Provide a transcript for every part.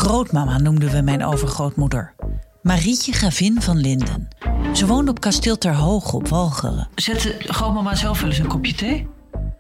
Grootmama noemden we mijn overgrootmoeder. Marietje Gravin van Linden. Ze woonde op kasteel Ter Hoog op Walcheren. Zette grootmama zelf wel eens een kopje thee?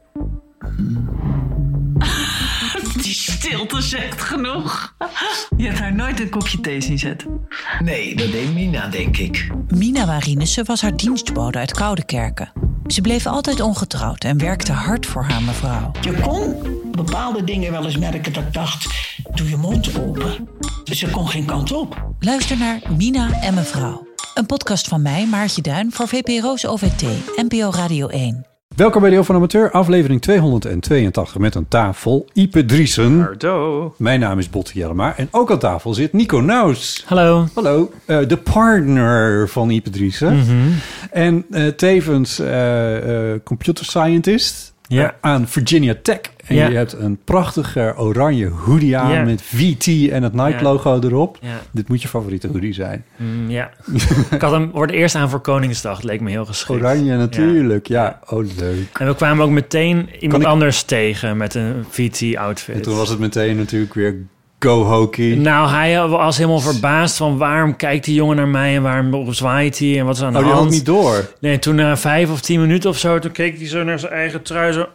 Die stilte zegt genoeg. Je hebt haar nooit een kopje thee zien zetten. Nee, dat deed Mina, denk ik. Mina Marinissen was haar dienstbode uit Koudekerke. Ze bleef altijd ongetrouwd en werkte hard voor haar mevrouw. Je kon bepaalde dingen wel eens merken dat ik dacht, doe je mond open. Ze kon geen kant op. Luister naar Mina en mevrouw. Een podcast van mij, Maartje Duin, voor VPRO's OVT, NPO Radio 1. Welkom bij Deel van Amateur, aflevering 282 met een tafel. Ipe Driessen. Hallo. Mijn naam is Botte Jellema en ook aan tafel zit Nico Naus. Hallo. Hallo. De partner van Ipe Driessen. Mm-hmm. En tevens computer scientist aan Virginia Tech. En je hebt een prachtige oranje hoodie aan met VT en het Nike-logo erop. Ja. Dit moet je favoriete hoodie zijn. Ja. Ik had hem voor het eerst aan voor Koningsdag. Het leek me heel geschikt. Oranje natuurlijk, ja. Oh, leuk. En we kwamen ook meteen iemand anders tegen met een VT-outfit. En toen was het meteen natuurlijk weer go hokey. Nou, hij was helemaal verbaasd van waarom kijkt die jongen naar mij en waarom zwaait hij en wat is aan de hand. Die had niet door. Nee, toen na 5 of 10 minuten of zo, toen keek hij zo naar zijn eigen trui zo.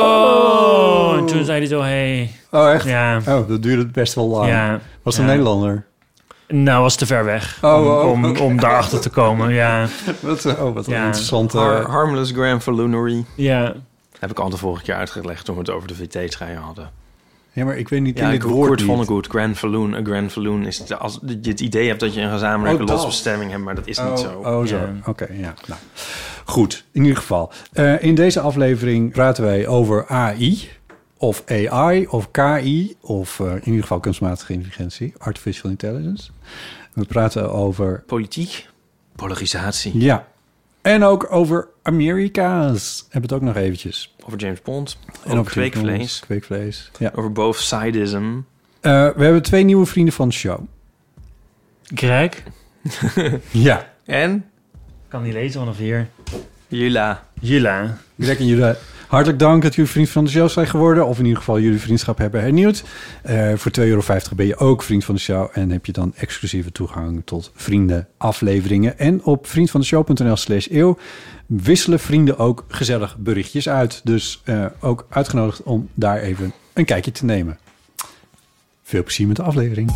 Oh! En toen zei hij zo, hey. Oh, echt? Ja. Oh, dat duurde best wel lang. Ja. Was het een Nederlander? Nou, was te ver weg om daarachter te komen, ja. Wat een interessante... Harmless Granfallonery. Ja. Heb ik al de vorige keer uitgelegd toen we het over de VT-trein hadden. Ja, maar ik weet niet in dit dit woord Kurt Vonnegut, Granfalloon. Een Granfalloon is als je het idee hebt dat je een gezamenlijke lotsbestemming hebt, maar dat is niet zo. Oh, zo. Oké, ja. Nou, goed, in ieder geval. In deze aflevering praten wij over AI... of AI, of KI, of in ieder geval kunstmatige intelligentie, artificial intelligence. We praten over... politiek, polarisatie. Ja, en ook over Amerika's. Hebben het ook nog eventjes. Over James Bond, en over kweekvlees. Kweekvlees, ja. Over both sidism. We hebben 2 nieuwe vrienden van de show. Greg? Ja. En? Kan niet lezen vanaf hier. Jula. Greg en Jula. Hartelijk dank dat jullie vriend van de show zijn geworden. Of in ieder geval jullie vriendschap hebben hernieuwd. Voor €2,50 ben je ook vriend van de show. En heb je dan exclusieve toegang tot vriendenafleveringen. En op vriendvandeshow.nl/eeuw wisselen vrienden ook gezellig berichtjes uit. Dus ook uitgenodigd om daar even een kijkje te nemen. Veel plezier met de aflevering.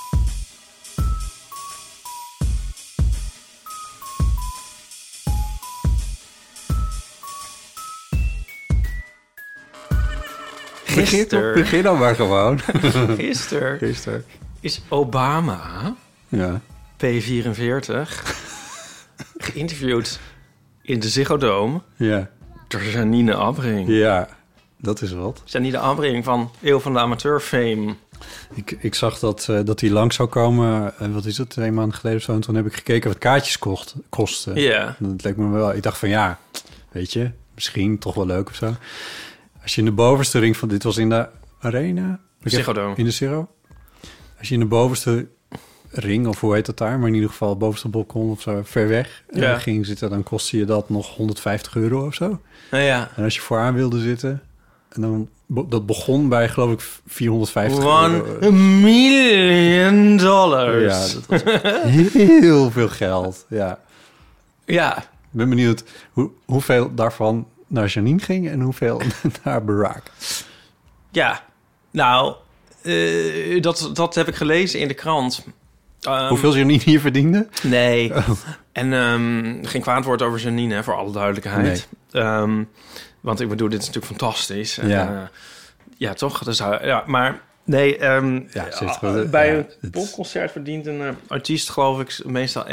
Begin dan maar gewoon. Gisteren is Obama, P44, geïnterviewd in de Ziggo Dome door Janine Abbring. Ja, dat is wat. Janine Abbring van Eeuw van de Amateur fame. Ik zag dat hij lang zou komen. Wat is het? 2 maanden geleden of zo. En toen heb ik gekeken wat kaartjes kosten. Ja. Dat leek me wel. Ik dacht van weet je, misschien toch wel leuk of zo. Als je in de bovenste ring van... Dit was in de Arena? Ziggo Dome. In de Ziggo. Als je in de bovenste ring, of hoe heet dat daar? Maar in ieder geval het bovenste balkon of zo, ver weg ging zitten... dan kostte je dat nog €150 of zo. Ja. En als je vooraan wilde zitten... en dan dat begon bij, geloof ik, €450. $1 million. Ja, dat was heel veel geld. Ja. Ik ben benieuwd hoeveel daarvan... naar Janine ging en hoeveel naar Barack. Ja, nou, dat heb ik gelezen in de krant. Hoeveel Janine hier verdiende? Nee. Oh. En geen kwaad woord over Janine, voor alle duidelijkheid. Nee. Want ik bedoel, dit is natuurlijk fantastisch. Ja, toch? Dus, maar nee, bij een popconcert verdient een artiest, geloof ik, meestal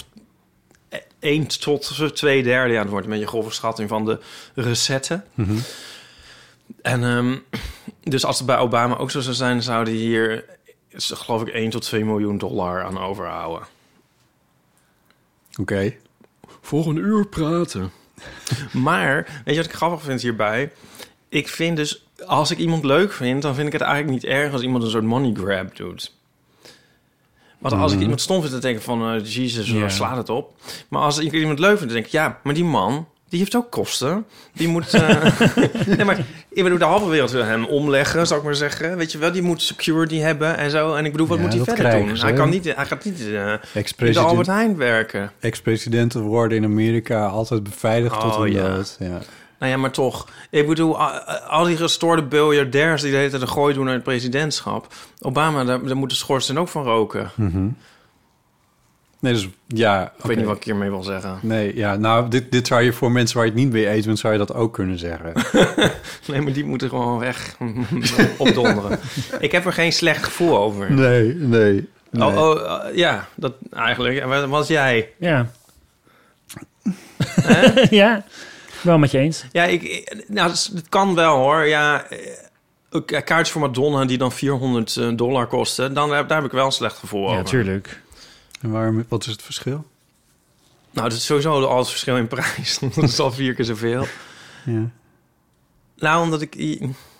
1 tot 2/3. Ja, dat wordt een beetje een grove schatting van de recetten. Mm-hmm. En dus als het bij Obama ook zo zou zijn, zouden hier, geloof ik, $1 tot $2 miljoen aan overhouden. Oké. Volgende uur praten. Maar, weet je wat ik grappig vind hierbij? Ik vind dus, als ik iemand leuk vind, dan vind ik het eigenlijk niet erg als iemand een soort money grab doet. Want als ik iemand stom vind, dan denk ik van... Jezus, slaat het op. Maar als ik iemand leuk vind, dan denk ik... Ja, maar die man Die heeft ook kosten. Die moet... nee, maar ik bedoel, de halve wereld wil hem omleggen, zou ik maar zeggen. Weet je wel, die moet security hebben en zo. En ik bedoel, wat moet hij verder doen? Hij gaat niet in de Albert Heijn werken. Ex-presidenten worden in Amerika altijd beveiligd tot hun dood. Ja. Nou ja, maar toch. Ik bedoel, al die gestoorde biljardairs die de hele tijd een gooi doen naar het presidentschap. Obama, daar moet de schoorsteen ook van roken. Mm-hmm. Nee, dus ja. Ik weet niet wat ik hiermee wil zeggen. Nee, ja, nou, dit zou je voor mensen waar je het niet mee eens bent, zou je dat ook kunnen zeggen. Nee, maar die moeten gewoon weg opdonderen. Ik heb er geen slecht gevoel over. Nee. Ja, dat eigenlijk. En wat was jij? Ja. Ja, wel met je eens. Ja, het kan wel hoor. Ja, kaartjes voor Madonna die dan $400 kosten, daar heb ik wel een slecht gevoel over. Ja, tuurlijk. En wat is het verschil? Nou, dat is sowieso al het verschil in prijs. Dat is al 4 keer zoveel. Ja. Nou, omdat ik...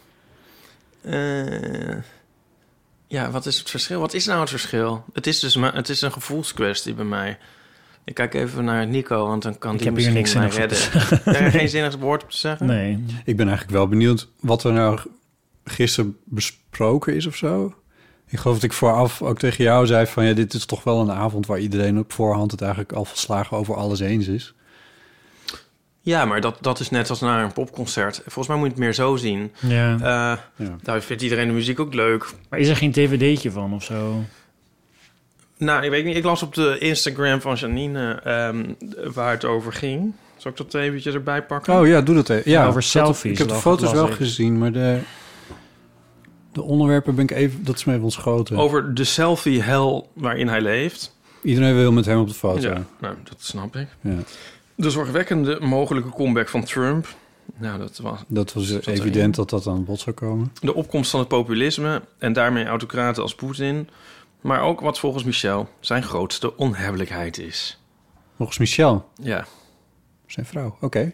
ja, wat is het verschil? Wat is nou het verschil? Het is een gevoelskwestie bij mij. Ik kijk even naar Nico, want dan kan die misschien mij redden. Heb je geen zinnig woord op te zeggen? Nee. Ik ben eigenlijk wel benieuwd wat er nou gisteren besproken is of zo. Ik geloof dat ik vooraf ook tegen jou zei van... ja, dit is toch wel een avond waar iedereen op voorhand het eigenlijk al volslagen over alles eens is. Ja, maar dat is net als naar een popconcert. Volgens mij moet je het meer zo zien. Ja. Daar vindt iedereen de muziek ook leuk. Maar is er geen dvd'tje van of zo? Nou, ik weet niet. Ik las op de Instagram van Janine waar het over ging. Zal ik dat eventjes erbij pakken? Oh ja, doe dat even. Ja, over selfies. Ik heb de foto's wel gezien, maar de onderwerpen ben ik even... Dat is me even ontschoten. Over de selfie-hel waarin hij leeft. Iedereen wil met hem op de foto. Ja, nou, dat snap ik. Ja. De zorgwekkende mogelijke comeback van Trump. Nou, dat was evident dat dat aan bod zou komen. De opkomst van het populisme en daarmee autocraten als Poetin. Maar ook wat volgens Michel zijn grootste onhebbelijkheid is. Volgens Michel? Ja. Zijn vrouw, oké.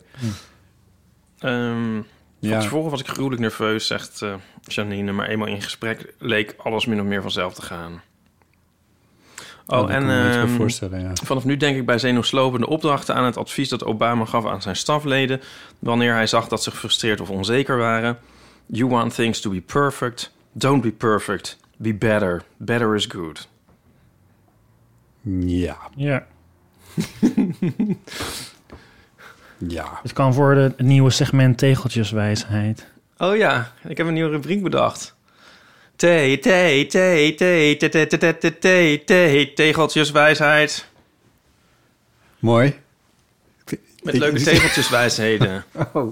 Van tevoren was ik gruwelijk nerveus, zegt Janine. Maar eenmaal in gesprek leek alles min of meer vanzelf te gaan. Vanaf nu denk ik bij zenuwslopende opdrachten aan het advies dat Obama gaf aan zijn stafleden wanneer hij zag dat ze gefrustreerd of onzeker waren. You want things to be perfect. Don't be perfect. Be better. Better is good. Ja. Ja. Ja. Het kan voor het nieuwe segment tegeltjeswijsheid. Oh ja, ik heb een nieuwe rubriek bedacht. Tegeltjeswijsheid. Mooi. Met leuke tegeltjeswijsheden. Oh.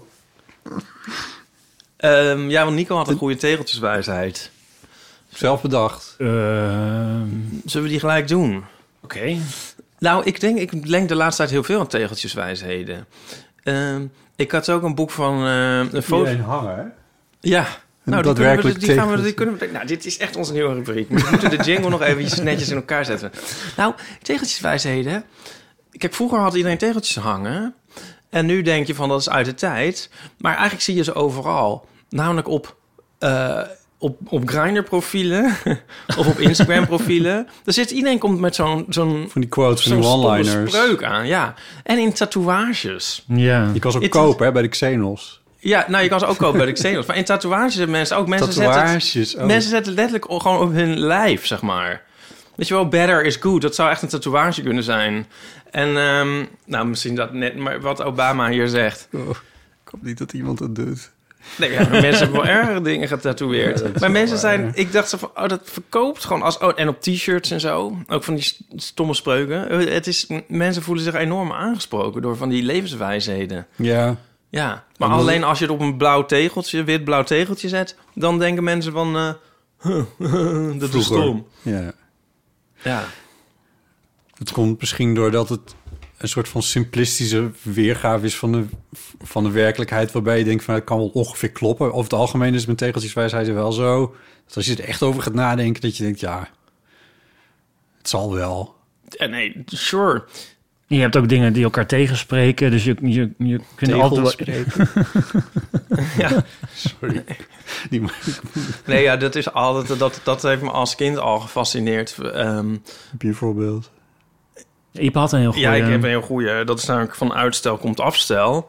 Ja, want Nico had een goede tegeltjeswijsheid. Zelf bedacht. Zullen we die gelijk doen? Oké. Nou, ik denk de laatste tijd heel veel aan tegeltjeswijsheden. Ik had ook een boek van een foto. Iedereen hangen, hè? Ja. Nou, die kunnen we. Nou, dit is echt onze nieuwe rubriek. We moeten de jingle nog eventjes netjes in elkaar zetten. Nou, tegeltjeswijsheden. Kijk, vroeger had iedereen tegeltjes hangen. En nu denk je van, dat is uit de tijd. Maar eigenlijk zie je ze overal. Namelijk op Grindr-profielen of op Instagram-profielen. Iedereen komt met zo'n van die quotes, van die one-liners, spreuk aan, ja. En in tatoeages. Ja. Je kan ze ook kopen, hè, bij de Xenos. Ja, nou, je kan ze ook kopen bij de Xenos. Maar in tatoeages hebben mensen ook... Mensen zetten letterlijk gewoon op hun lijf, zeg maar. Weet je wel, better is good. Dat zou echt een tatoeage kunnen zijn. En, nou, misschien dat net... Maar wat Obama hier zegt... Oh, ik hoop niet dat iemand dat doet. Nee, ja, mensen hebben wel erger dingen getatoeëerd. Ja, maar mensen zijn... Ja. Ik dacht van, dat verkoopt gewoon als... en op t-shirts en zo. Ook van die stomme spreuken. Mensen voelen zich enorm aangesproken door van die levenswijsheden. Ja. Ja, maar alleen als je het op een wit-blauw tegeltje zet... dan denken mensen van... dat is stom. Ja. Ja. Het komt misschien doordat het een soort van simplistische weergave is van de werkelijkheid... waarbij je denkt van, het kan wel ongeveer kloppen. Over het algemeen is het met tegeltjeswijsheid wel zo... dat als je er echt over gaat nadenken, dat je denkt, ja... het zal wel. Nee, sure... Je hebt ook dingen die elkaar tegenspreken, dus je kunt altijd spreken. Ja, sorry. Nee, ja, dat is altijd dat heeft me als kind al gefascineerd. Heb je een voorbeeld? Je had een heel goede. Ja, ik heb een heel goede. Dat is namelijk van uitstel komt afstel.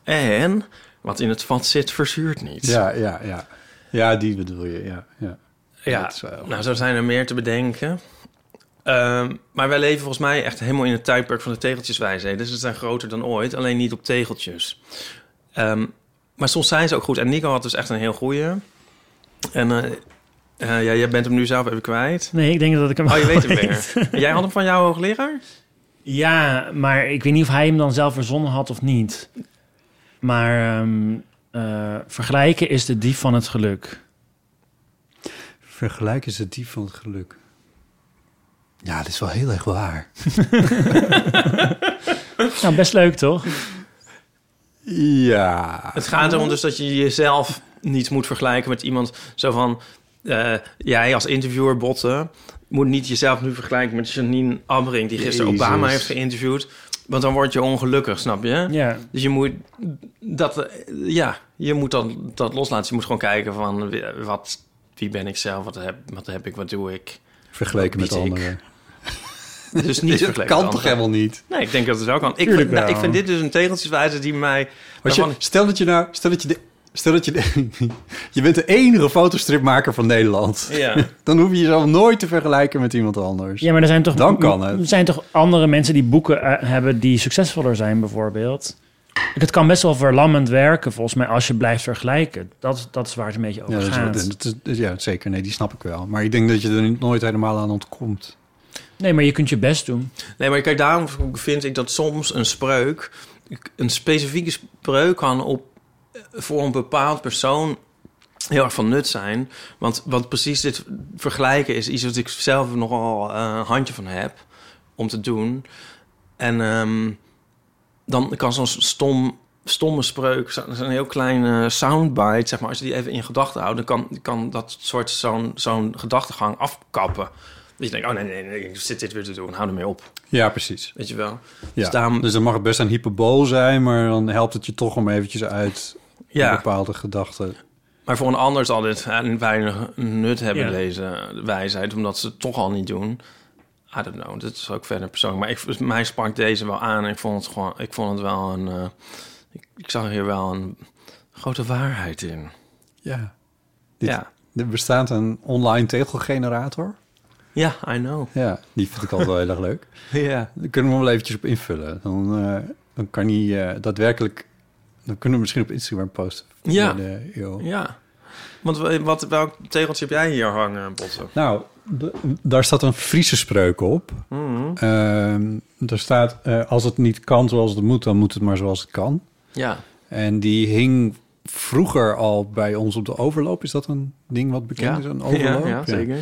En wat in het vat zit, verzuurt niet. Ja. Ja, die bedoel je, ja. Ja, nou, zo zijn er meer te bedenken. Maar wij leven volgens mij echt helemaal in het tijdperk van de tegeltjeswijsheden. Dus ze zijn groter dan ooit, alleen niet op tegeltjes. Maar soms zijn ze ook goed. En Nico had dus echt een heel goeie. En jij bent hem nu zelf even kwijt. Nee, ik denk dat ik hem je weet hem weer. Jij had hem van jouw hoogleraar? Ja, maar ik weet niet of hij hem dan zelf verzonnen had of niet. Maar vergelijken is de dief van het geluk. Vergelijken is de dief van het geluk. Ja, dat is wel heel erg waar. Nou, best leuk, toch? Ja. Het gaat erom dus dat je jezelf niet moet vergelijken met iemand. Zo van, jij als interviewer, Botte, moet niet jezelf nu vergelijken met Janine Abbring, die gisteren Obama heeft geïnterviewd. Want dan word je ongelukkig, snap je? Ja. Dus je moet je moet dat loslaten. Je moet gewoon kijken van, wie ben ik zelf? Wat heb ik? Wat doe ik? Vergeleken met anderen. Dus niet vergeleken. Dat kan toch helemaal niet? Nee, ik denk dat het wel kan. Ik vind dit dus een tegeltjeswijze die mij... Stel dat je bent de enige fotostripmaker van Nederland. Ja. Dan hoef je jezelf nooit te vergelijken met iemand anders. Ja, maar dan kan het. Er zijn toch andere mensen die boeken hebben die succesvoller zijn, bijvoorbeeld. Het kan best wel verlammend werken, volgens mij, als je blijft vergelijken. Dat is waar het een beetje over gaat. Ja, zeker. Nee, die snap ik wel. Maar ik denk dat je er nooit helemaal aan ontkomt. Nee, maar je kunt je best doen. Nee, maar kijk, daarom vind ik dat soms een specifieke spreuk kan voor een bepaald persoon heel erg van nut zijn. Want precies dit vergelijken is iets wat ik zelf nogal een handje van heb om te doen. En dan kan zo'n stomme spreuk, zo'n heel kleine soundbite, zeg maar, als je die even in gedachten houdt, dan kan dat soort zo'n gedachtegang afkappen. Dat je denkt, nee, ik zit dit weer te doen, hou ermee op. Ja, precies. Weet je wel? Ja. Dus dan mag het best een hyperbool zijn, maar dan helpt het je toch om eventjes uit een bepaalde gedachten. Maar voor een ander zal dit weinig nut hebben, deze wijsheid, omdat ze het toch al niet doen. I don't know, dat is ook verder persoonlijk. Maar mij sprak deze wel aan. Ik vond het wel een... ik zag hier wel een grote waarheid in. Ja. Er bestaat een online tegelgenerator. Ja, I know. Ja, die vind ik altijd wel heel erg leuk. Ja. Daar kunnen we wel eventjes op invullen. Dan kan hij daadwerkelijk... Dan kunnen we misschien op Instagram posten. Ja. Ja. Want welk tegeltje heb jij hier hangen, Botte? Nou, daar staat een Friese spreuk op. Mm-hmm. Er staat, als het niet kan zoals het moet, dan moet het maar zoals het kan. Ja. En die hing vroeger al bij ons op de overloop. Is dat een ding wat bekend is, een overloop? Ja, zeker.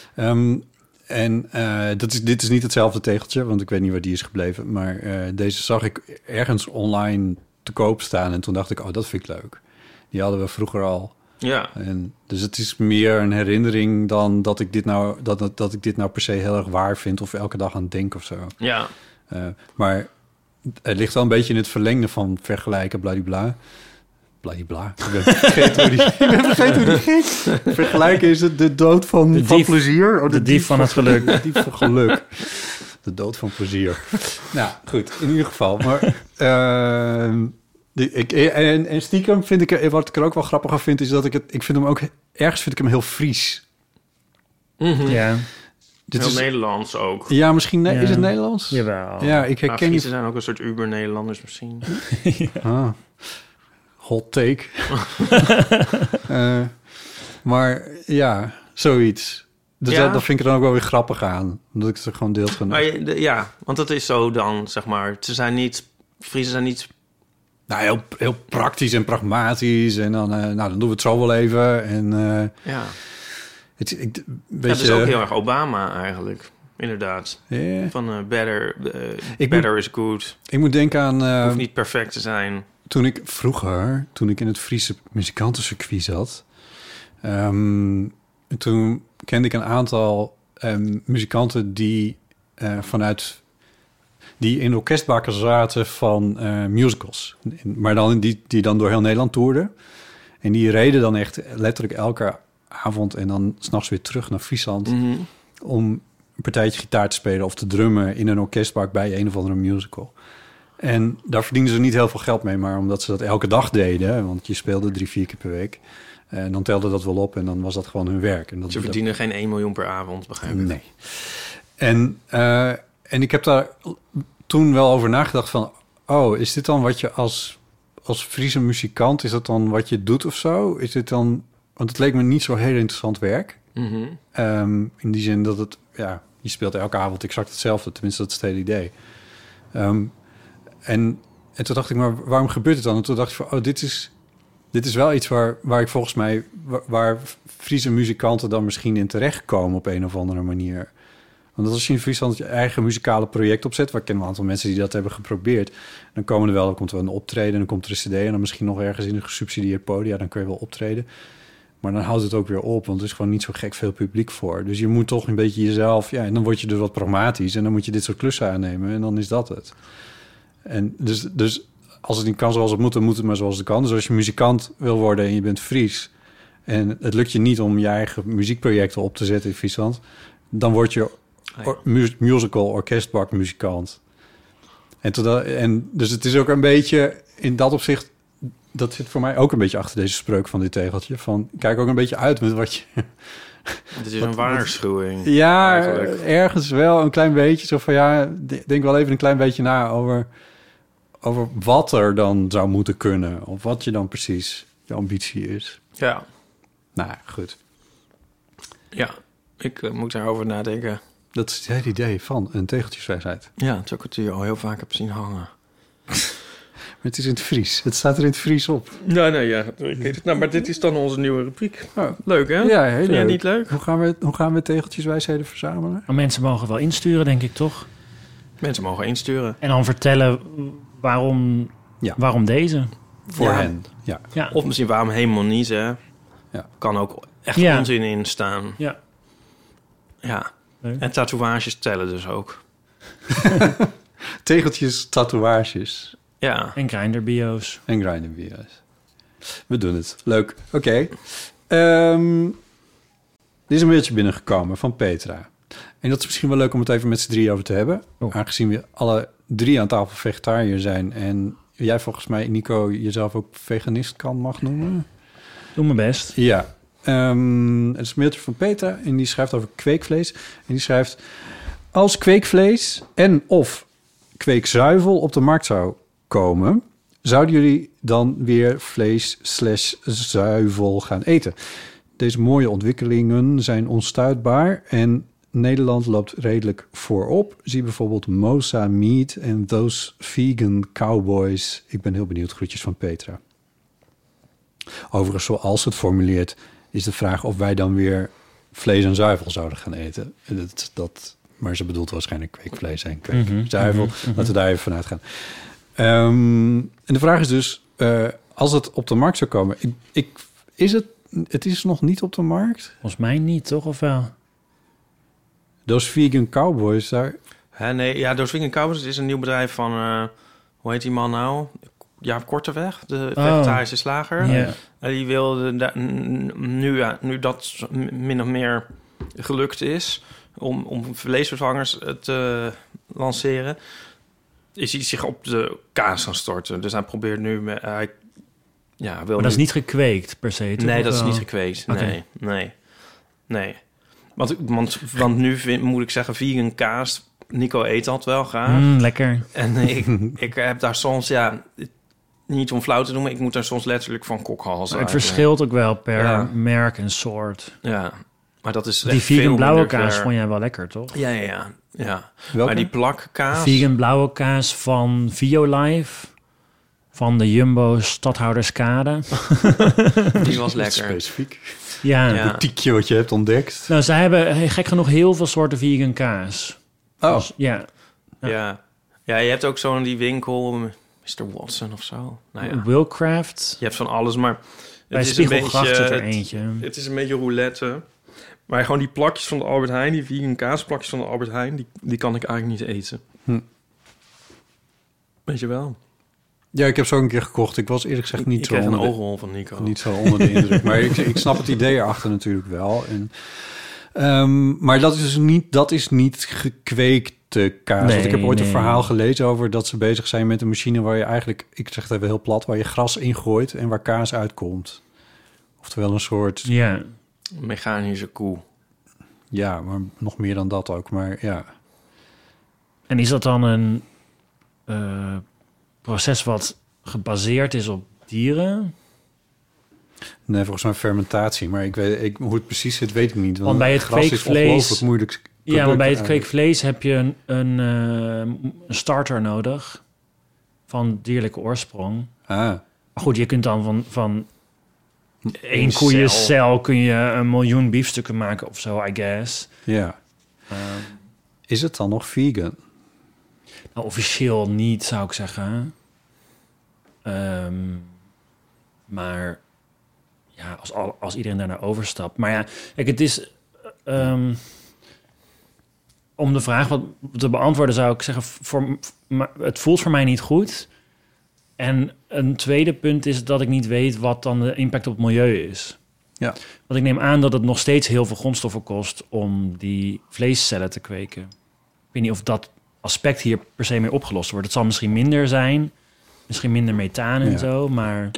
Dit is niet hetzelfde tegeltje, want ik weet niet waar die is gebleven. Maar deze zag ik ergens online te koop staan. En toen dacht ik, dat vind ik leuk. Die hadden we vroeger al. Ja. En dus het is meer een herinnering dan dat ik dit nou per se heel erg waar vind of elke dag aan denk of zo. Ja. Maar het ligt wel een beetje in het verlengde van vergelijken, bladibla. Bladibla. Ik ben vergeten hoe die ging. Vergelijken is het de dood van plezier. De dief van het geluk. De dief van geluk. De dood van plezier. Nou, goed. In ieder geval. Maar... En stiekem vind ik, wat ik er ook wel grappig aan vind, is dat ik vind hem ook ergens vind ik hem heel Fries. Mm-hmm. Ja. Dit heel is Nederlands ook. Ja, misschien is het Nederlands? Jawel. Ja, ik herken Friesen zijn ook een soort Uber-Nederlanders misschien. Hot take. Maar ja, zoiets. Dus dat vind ik er dan ook wel weer grappig aan, omdat ik het er gewoon deels genoeg. Want dat is zo dan, zeg maar. Friesen zijn niet. Nou, heel praktisch en pragmatisch. En dan, dan doen we het zo wel even. En, het is ook heel erg Obama eigenlijk. Inderdaad. Yeah. Van better is good. Ik moet denken aan... hoeft niet perfect te zijn. Toen ik in het Friese muzikantencircuit zat... toen kende ik een aantal muzikanten die die in orkestbakken zaten van musicals. Maar dan die dan door heel Nederland toerden. En die reden dan echt letterlijk elke avond en dan 's nachts weer terug naar Friesland... Mm-hmm. Om een partijtje gitaar te spelen of te drummen in een orkestbak bij een of andere musical. En daar verdienden ze niet heel veel geld mee, maar omdat ze dat elke dag deden, want je speelde 3-4 keer per week, en dan telde dat wel op en dan was dat gewoon hun werk. En dat, ze verdienen geen 1 miljoen per avond, begrijp ik. Nee. En ik heb daar toen wel over nagedacht van, is dit dan wat je als Friese muzikant, is dat dan wat je doet of zo? Is dit dan, want het leek me niet zo heel interessant werk. Mm-hmm. In die zin dat het, je speelt elke avond exact hetzelfde, tenminste dat is het hele idee. En toen dacht ik, maar waarom gebeurt het dan? En toen dacht ik van, dit is wel iets waar ik volgens mij, waar Friese muzikanten dan misschien in terechtkomen op een of andere manier. Want als je in Friesland je eigen muzikale project opzet, waar ik ken een aantal mensen die dat hebben geprobeerd, dan komt er wel een optreden, dan komt er een cd en dan misschien nog ergens in een gesubsidieerd podium, dan kun je wel optreden. Maar dan houdt het ook weer op, want er is gewoon niet zo gek veel publiek voor. Dus je moet toch een beetje jezelf, en dan word je dus wat pragmatisch en dan moet je dit soort klussen aannemen en dan is dat het. En dus als het niet kan zoals het moet, dan moet het maar zoals het kan. Dus als je muzikant wil worden en je bent Fries en het lukt je niet om je eigen muziekprojecten op te zetten in Friesland, dan word je musical orkestbakmuzikant. En dus het is ook een beetje in dat opzicht, dat zit voor mij ook een beetje achter deze spreuk van dit tegeltje. Van kijk ook een beetje uit met wat je. Het is een waarschuwing. Ja, eigenlijk. Ergens wel een klein beetje. Zo van denk wel even een klein beetje na over wat er dan zou moeten kunnen. Of wat je dan precies je ambitie is. Ja. Nou, goed. Ja, ik moet daarover nadenken. Dat is het hele idee van een tegeltjeswijsheid. Ja, het is ook wat je al heel vaak hebt zien hangen. Maar het is in het Fries. Het staat er in het Fries op. Nee, ik weet het. Nou, maar dit is dan onze nieuwe rubriek. Oh. Leuk, hè? Ja, heel Vind leuk. jij niet leuk? Hoe gaan we tegeltjeswijsheden verzamelen? Maar mensen mogen wel insturen, denk ik, toch? Mensen mogen insturen. En dan vertellen waarom deze. Voor hen. Ja. Of misschien waarom helemaal niet, hè? Ja. Kan ook echt onzin in staan. Ja. Ja. Leuk. En tatoeages tellen dus ook. Tegeltjes, tatoeages. Ja. En Grindr-bio's. En Grindr-bio's. We doen het. Leuk. Oké. Er is een mailtje binnengekomen van Petra. En dat is misschien wel leuk om het even met z'n drieën over te hebben. Aangezien we alle drie aan tafel vegetariër zijn. En jij volgens mij, Nico, jezelf ook veganist mag noemen. Doe mijn best. Ja. Het is een mailtje van Petra en die schrijft over kweekvlees. En die schrijft: als kweekvlees en of kweekzuivel op de markt zou komen, zouden jullie dan weer vlees/zuivel gaan eten? Deze mooie ontwikkelingen zijn onstuitbaar en Nederland loopt redelijk voorop. Zie bijvoorbeeld Mosa Meat en Those Vegan Cowboys. Ik ben heel benieuwd. Groetjes van Petra. Overigens, zoals het formuleert, is de vraag of wij dan weer vlees en zuivel zouden gaan eten. Maar ze bedoelt waarschijnlijk kweekvlees en kweekzuivel. Laten we daar even vanuit gaan. En de vraag is dus, als het op de markt zou komen, het is nog niet op de markt? Volgens mij niet, toch? Of wel? Those Vegan Cowboys daar... Those Vegan Cowboys is een nieuw bedrijf van... hoe heet die man nou? Jaap Korteweg, de vegetarische slager. Yeah. Die wilde nu dat min of meer gelukt is... om vleesvervangers te lanceren... is hij zich op de kaas gaan storten. Dus hij probeert nu... maar dat is niet gekweekt per se, toch? Nee, dat is niet gekweekt. Okay. Nee. Want nu moet ik zeggen, vegan kaas... Nico eet dat wel graag. Lekker. En ik heb daar soms... niet om flauw te doen, maar ik moet daar soms letterlijk van kokhalzen. Het verschilt ook wel per merk en soort. Ja, maar dat is die vegan blauwe kaas vond jij wel lekker, toch? Ja. Welke? Maar die plakkaas... Vegan blauwe kaas van Violife... van de Jumbo Stadhouderskade. Die was lekker. Specifiek. Ja. Een boutiqueje wat je hebt ontdekt. Nou, ze hebben gek genoeg heel veel soorten vegan kaas. Oh. Dus, ja, je hebt ook zo'n die winkel... Mr. Watson of zo. Nou ja. Wilcraft. Je hebt van alles, maar... Bij Spiegelgracht zit er eentje. Het is een beetje roulette. Maar gewoon die plakjes van de Albert Heijn... die vegan kaasplakjes van de Albert Heijn... die kan ik eigenlijk niet eten. Weet je wel? Ja, ik heb zo een keer gekocht. Ik was eerlijk gezegd niet zo... Ik kreeg een oogrol van Nico. Niet zo onder de indruk. Maar ik snap het idee erachter natuurlijk wel. En Maar dat is niet gekweekte kaas. Nee, Want ik heb ooit een nee. verhaal gelezen over dat ze bezig zijn met een machine waar je eigenlijk, ik zeg het even heel plat, waar je gras ingooit en waar kaas uitkomt. Oftewel een soort, Ja. Mechanische koe. ja, maar nog meer dan dat ook. Maar ja, En is dat dan een proces wat gebaseerd is op dieren? nee, volgens mij fermentatie. Maar hoe het precies zit, weet ik niet. Want bij het gras is kweekvlees- ongelooflijk moeilijk. Ja, maar bij het product kweekvlees heb je een starter nodig van dierlijke oorsprong. eigenlijk. Maar goed, je kunt dan van één Eén koeiencel kun je 1 miljoen biefstukken maken of zo, I guess. Ja. Is het dan nog vegan? Nou, officieel niet, zou ik zeggen. Maar ja, als iedereen daarnaar overstapt. Maar ja, kijk, het is... om de vraag wat te beantwoorden zou ik zeggen... het voelt voor mij niet goed. En een tweede punt is dat ik niet weet... wat dan de impact op het milieu is. Ja. Want ik neem aan dat het nog steeds heel veel grondstoffen kost... om die vleescellen te kweken. Ik weet niet of dat aspect hier per se mee opgelost wordt. Het zal misschien minder zijn. Misschien minder methaan en Ja. zo, maar...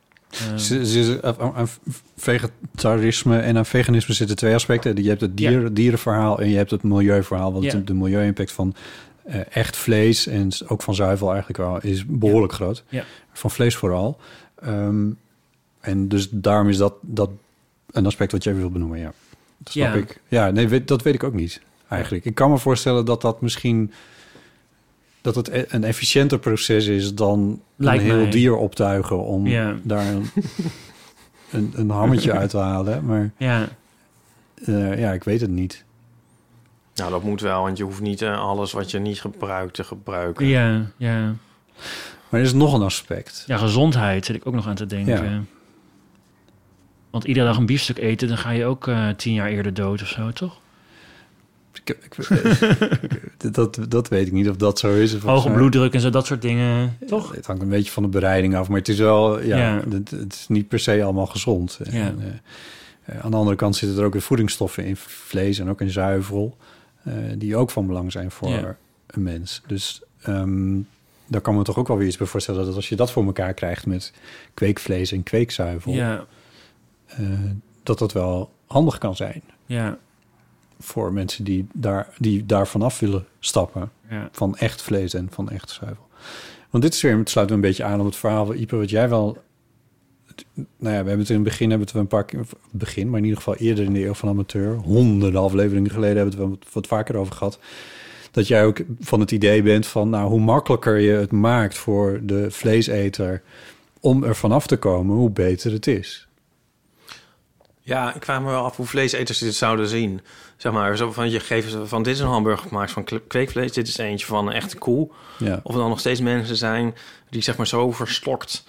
Aan vegetarisme en aan veganisme zitten 2 aspecten. Je hebt het dierenverhaal en je hebt het milieuverhaal. Want de milieu-impact van echt vlees en ook van zuivel eigenlijk wel is behoorlijk groot. Ja. Van vlees vooral. En dus daarom is dat een aspect wat jij wil benoemen. Ja, dat snap ik. Ja, nee, dat weet ik ook niet eigenlijk. Ik kan me voorstellen dat misschien... dat het een efficiënter proces is dan Lijkt een heel mij. dier optuigen... om daar een hammetje uit te halen. Maar Ja, ik weet het niet. Nou, dat moet wel, want je hoeft niet alles wat je niet gebruikt te gebruiken. ja. Maar er is nog een aspect. Ja, gezondheid zit ik ook nog aan te denken. Ja. Want iedere dag een biefstuk eten, dan ga je ook 10 jaar eerder dood of zo, toch? Dat weet ik niet of dat zo is. Hoge bloeddruk en zo, dat soort dingen, toch? Het hangt een beetje van de bereiding af. Maar het is wel... Ja. Het is niet per se allemaal gezond. Ja. En, aan de andere kant zitten er ook weer voedingsstoffen in vlees... en ook in zuivel... die ook van belang zijn voor een mens. Dus daar kan me toch ook wel weer iets bij voorstellen... dat als je dat voor elkaar krijgt met kweekvlees en kweekzuivel... Ja. dat wel handig kan zijn... Ja. voor mensen die daar vanaf willen stappen. Ja. Van echt vlees en van echt zuivel. Want dit is weer, het sluit een beetje aan op het verhaal... Ipe, wat jij wel... Nou ja, we hebben het in het begin... hebben we het een paar keer... Begin, maar in ieder geval eerder in de Eeuw van Amateur... honderden afleveringen geleden... hebben we het wat vaker over gehad... dat jij ook van het idee bent van... nou, hoe makkelijker je het maakt voor de vleeseter... om er vanaf te komen, hoe beter het is. Ja, ik vraag me wel af hoe vleeseters dit zouden zien. Zeg maar, zo van je geeft van dit is een hamburger gemaakt van kweekvlees, dit is eentje van een echte koe. Ja. Of er dan nog steeds mensen zijn die zeg maar zo verstokt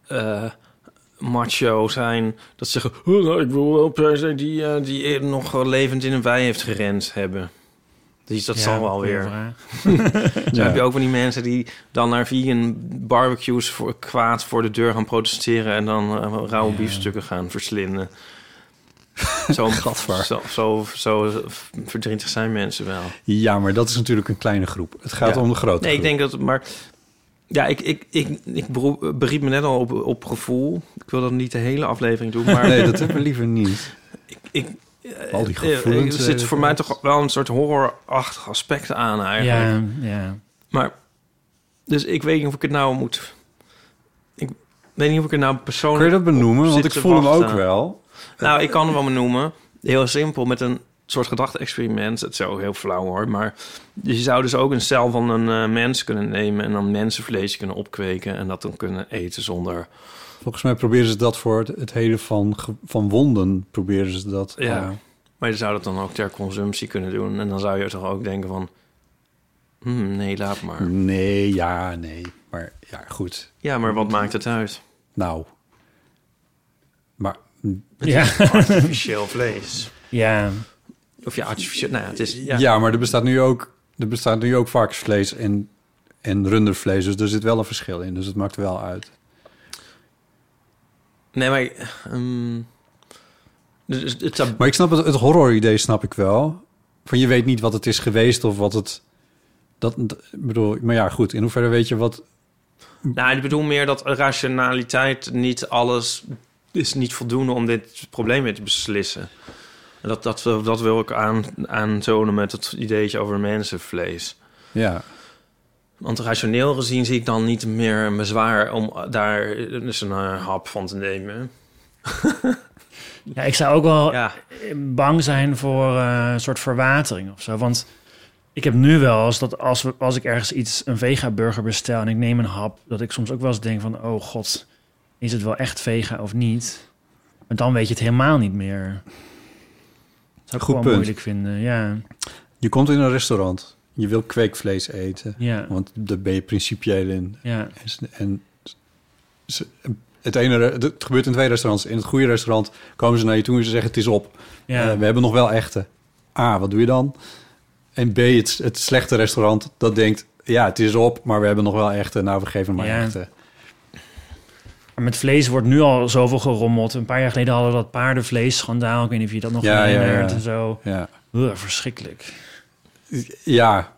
macho zijn dat ze zeggen, oh, nou, ik wil wel per se die nog levend in een wei heeft gerend hebben. Dus dat zal wel weer. Zo heb je ook van die mensen die dan naar vegan barbecues kwaad voor de deur gaan protesteren en dan rauwe biefstukken gaan verslinden. Zo verdrietig zijn mensen wel. Ja, maar dat is natuurlijk een kleine groep. Het gaat om de grote groep. Ik denk dat... Maar ja, ik beriep me net al op gevoel. Ik wil dat niet de hele aflevering doen, maar... Nee, dat hebben we liever niet. Al die gevoelens... Er zit voor mij toch wel een soort horrorachtig aspect aan eigenlijk. Ja. Maar... Dus ik weet niet of ik het nou moet... Ik weet niet of ik het nou persoonlijk... Kun je dat benoemen? Want ik voel hem ook wel. Nou, ik kan hem wel benoemen. Heel simpel, met een soort gedachte-experiment. Het is zo heel flauw hoor, maar je zou dus ook een cel van een mens kunnen nemen en dan mensenvlees kunnen opkweken en dat dan kunnen eten zonder... Volgens mij proberen ze dat voor het helen van wonden, proberen ze dat. Ja, maar je zou dat dan ook ter consumptie kunnen doen en dan zou je toch ook denken van, nee, laat maar. Nee, maar ja, goed. Ja, maar wat maakt het uit? Nou, maar... Artificieel vlees. Ja. Of ja, artificieel... Nou ja, het is... Ja, maar er bestaat nu ook varkensvlees en rundervlees. Dus er zit wel een verschil in. Dus het maakt wel uit. Nee, maar... Maar ik snap het horror-idee, snap ik wel. Van je weet niet wat het is geweest of wat het... bedoel, maar ja, goed. In hoeverre weet je wat... Nou, ik bedoel meer dat rationaliteit niet alles is niet voldoende om dit probleem mee te beslissen. En dat wil ik aantonen met het ideetje over mensenvlees. Ja. Want rationeel gezien zie ik dan niet meer een bezwaar om daar dus een hap van te nemen. Ja, ik zou ook wel bang zijn voor een soort verwatering of zo. Want ik heb nu wel als ik ergens een vega-burger bestel en ik neem een hap, dat ik soms ook wel eens denk van, oh god, is het wel echt vega of niet? Maar dan weet je het helemaal niet meer. Dat zou ik gewoon moeilijk vinden, ja. Je komt in een restaurant, je wil kweekvlees eten, want daar ben je principieel in. Ja. En het gebeurt in 2 restaurants. In het goede restaurant komen ze naar je toe en ze zeggen het is op. Ja. We hebben nog wel echte. A, wat doe je dan? En B, het slechte restaurant dat denkt, ja, het is op, maar we hebben nog wel echte. Nou, we geven maar echte. Maar met vlees wordt nu al zoveel gerommeld. Een paar jaar geleden hadden we dat paardenvleesschandaal. Ik weet niet of je dat nog herinnert en zo. Ja. Verschrikkelijk. Ja.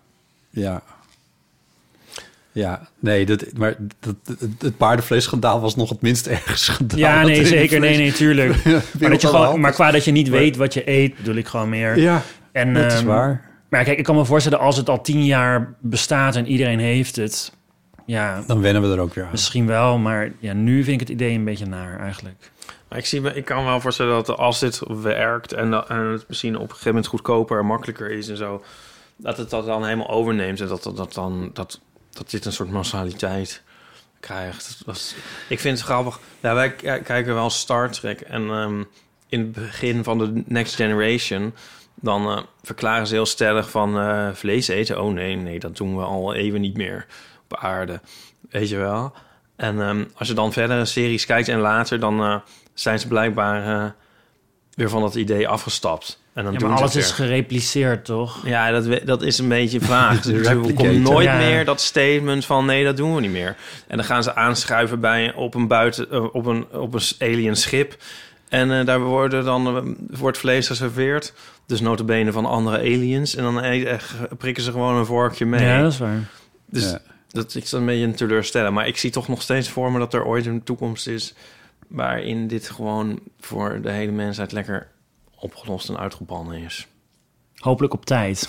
Ja, nee, het paardenvleesschandaal was nog het minst erg schandaal. Ja, nee, zeker. Nee, tuurlijk. maar qua dat je niet weet wat je eet, bedoel ik gewoon meer. Ja, en, dat is waar. Maar kijk, ik kan me voorstellen, als het al 10 jaar bestaat en iedereen heeft het, ja, dan wennen we er ook weer aan. Misschien wel, maar ja, nu vind ik het idee een beetje naar eigenlijk. Maar ik kan me wel voorstellen dat als dit werkt en het misschien op een gegeven moment goedkoper en makkelijker is en zo, dat het dat dan helemaal overneemt en dat dit een soort massaliteit krijgt. Ik vind het grappig. Ja, wij kijken wel Star Trek en in het begin van de Next Generation dan verklaren ze heel stellig van vlees eten. Oh nee, dat doen we al even niet meer op aarde. Weet je wel? En als je dan verdere series kijkt en later, dan zijn ze blijkbaar weer van dat idee afgestapt. En dan maar alles is gerepliceerd, toch? Ja, dat is een beetje vaag. Er komt nooit meer dat statement van nee, dat doen we niet meer. En dan gaan ze aanschuiven op een alien schip. En daar wordt vlees geserveerd. Dus nota bene van andere aliens. En dan prikken ze gewoon een vorkje mee. Ja, dat is waar. Dus dat is een beetje een teleurstellen. Maar ik zie toch nog steeds voor me dat er ooit een toekomst is waarin dit gewoon voor de hele mensheid lekker opgelost en uitgebannen is. Hopelijk op tijd.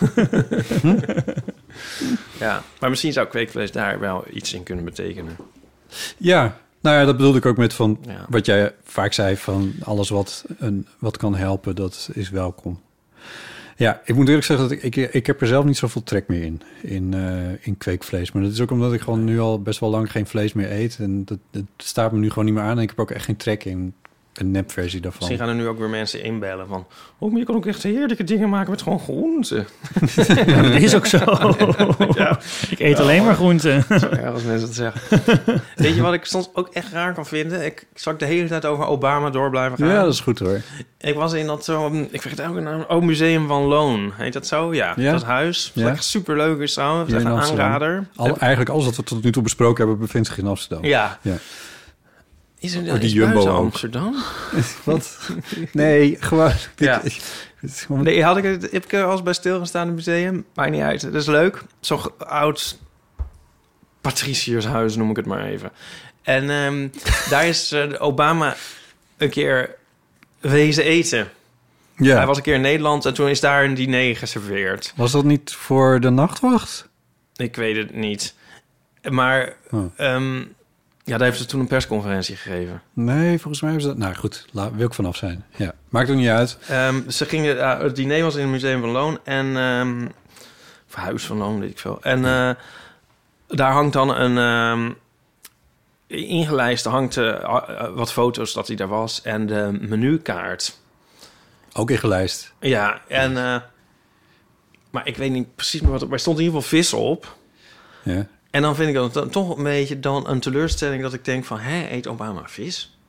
Ja, maar misschien zou kweekvlees daar wel iets in kunnen betekenen. Ja, nou ja, dat bedoelde ik ook met van wat jij vaak zei van alles wat kan helpen, dat is welkom. Ja, ik moet eerlijk zeggen dat ik heb er zelf niet zoveel trek meer in kweekvlees. Maar dat is ook omdat ik gewoon nu al best wel lang geen vlees meer eet. En dat staat me nu gewoon niet meer aan. En ik heb ook echt geen trek in een nepversie daarvan. Misschien gaan er nu ook weer mensen inbellen van, maar je kan ook echt heerlijke dingen maken met gewoon groenten. Ja, dat is ook zo. Ja. Ik eet alleen maar groenten. Zo erg als mensen dat zeggen. Weet je wat ik soms ook echt raar kan vinden? Ik zal de hele tijd over Obama door blijven gaan. Ja, dat is goed hoor. Ik was in dat ik vergeet elke naam, Museum van Loon. Heet dat zo? Ja. Dat huis. Dat echt superleuk is trouwens. Dat is echt een aanrader. Eigenlijk alles wat we tot nu toe besproken hebben bevindt zich in Amsterdam. Ja. Is er dan die Jumbo Amsterdam? Wat? Nee, gewoon. Ja. Nee, heb ik er als bij stilgestaan in het museum? Maakt niet uit. Dat is leuk. Zo'n oud patriciërshuis noem ik het maar even. En daar is Obama een keer wezen eten. Ja. Hij was een keer in Nederland en toen is daar een diner geserveerd. Was dat niet voor de nachtwacht? Ik weet het niet. Maar daar heeft ze toen een persconferentie gegeven. Nee, volgens mij hebben ze dat. Nou goed, wil ik vanaf zijn. Ja, maakt ook niet uit. Ze gingen. Het diner was in het Museum van Loon en of Huis van Loon, weet ik veel. En daar hangt dan een ingelijst wat foto's dat hij daar was en de menukaart. Ook ingelijst. Ja, en maar ik weet niet precies meer wat. Maar er stond in ieder geval vis op. Ja. En dan vind ik dat toch een beetje dan een teleurstelling dat ik denk van, eet Obama vis?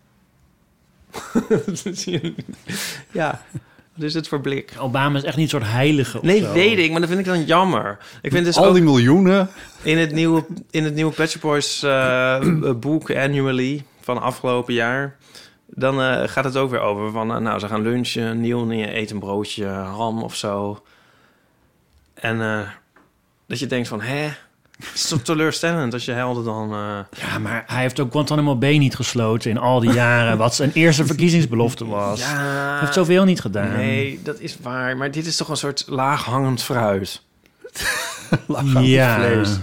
Ja, wat is het voor blik? Obama is echt niet een soort heilige. Nee, weet ik, maar dat vind ik dan jammer. Ik vind dus al die miljoenen. In het nieuwe Pet Shop Boys boek Annually van afgelopen jaar Dan gaat het ook weer over van... ze gaan lunchen, Neil eet een broodje ham of zo. En dat je denkt van... Het is toch teleurstellend als je helden dan... Ja, maar hij heeft ook Guantanamo Bay niet gesloten in al die jaren... wat zijn eerste verkiezingsbelofte was. Ja, hij heeft zoveel niet gedaan. Nee, dat is waar. Maar dit is toch een soort laaghangend fruit. Laaghangend vlees.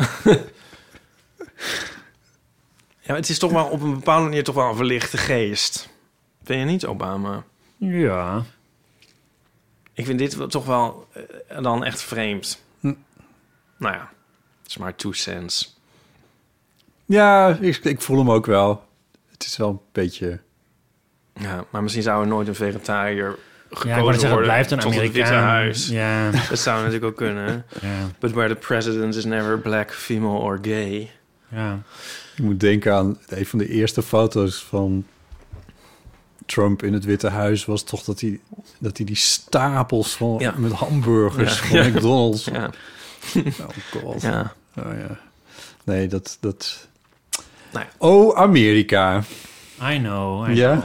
Ja, het is toch wel op een bepaalde manier toch wel een verlichte geest. Vind je niet, Obama? Ja. Ik vind dit toch wel dan echt vreemd. Nou ja, het is maar 2 cents. Ja, ik voel hem ook wel. Het is wel een beetje... Ja, maar misschien zou er nooit een vegetariër gekozen ja, ik wou zeggen, worden. Het blijft een tot Amerikaan. Het Witte Huis. Ja. Dat zou natuurlijk ook kunnen. Ja. But where the president is never black, female or gay. Ja. Ik moet denken aan een van de eerste foto's van Trump in het Witte Huis... was toch dat hij die stapels van, met hamburgers van McDonald's... Ja. Oh god. Ja. Oh, ja. Nee, dat... Nee. Oh, Amerika. I know. Ja.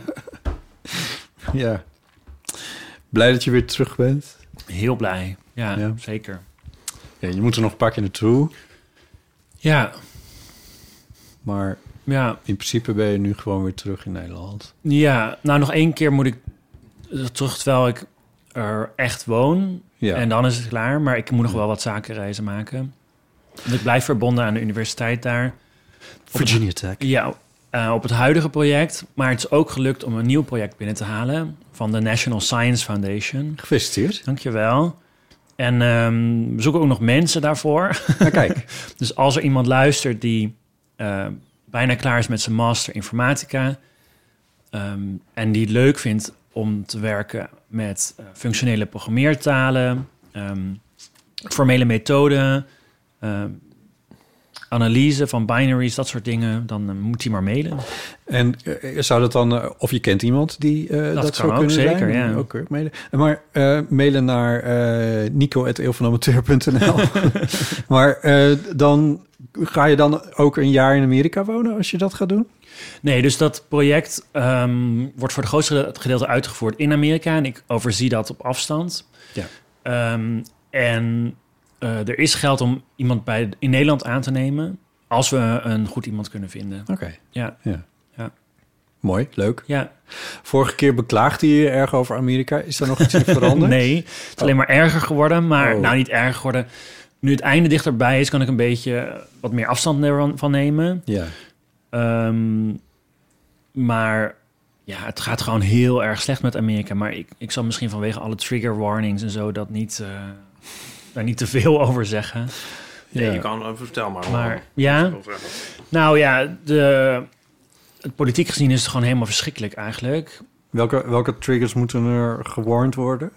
Ja. Blij dat je weer terug bent. Heel blij. Ja, zeker. Ja, je moet er nog een paar keer naartoe. Ja. Maar ja, in principe ben je nu gewoon weer terug in Nederland. Ja, nou nog 1 keer moet ik terug terwijl ik er echt woon. Ja. En dan is het klaar. Maar ik moet nog wel wat zakenreizen maken. Want ik blijf verbonden aan de universiteit daar. Virginia Tech. Ja, op het huidige project. Maar het is ook gelukt om een nieuw project binnen te halen... van de National Science Foundation. Gefeliciteerd. Dankjewel. En we zoeken ook nog mensen daarvoor. Nou, kijk. Dus als er iemand luistert die bijna klaar is met zijn master informatica... en die het leuk vindt om te werken met functionele programmeertalen... formele methoden... analyse van binaries, dat soort dingen, dan moet hij maar mailen. En zou dat dan, of je kent iemand die dat zou kunnen zeker, zijn? Ja. Ook mailen. Maar mailen naar nico@eeuwvanamateur.nl. Maar dan ga je dan ook een jaar in Amerika wonen als je dat gaat doen? Nee, dus dat project wordt voor het grootste gedeelte uitgevoerd in Amerika en ik overzie dat op afstand. Ja. Er is geld om iemand in Nederland aan te nemen... als we een goed iemand kunnen vinden. Oké. Ja. Mooi, leuk. Ja. Vorige keer beklaagde je je erg over Amerika. Is er nog iets in veranderd? Nee, het is alleen maar erger geworden. Maar nou, niet erger geworden. Nu het einde dichterbij is... kan ik een beetje wat meer afstand ervan nemen. Ja. Maar ja, het gaat gewoon heel erg slecht met Amerika. Maar ik zal misschien vanwege alle trigger warnings en zo... dat niet... daar niet te veel over zeggen. Nee, je kan vertel maar. Ja, nou ja, het politiek gezien is het gewoon helemaal verschrikkelijk eigenlijk. Welke triggers moeten er gewarnd worden?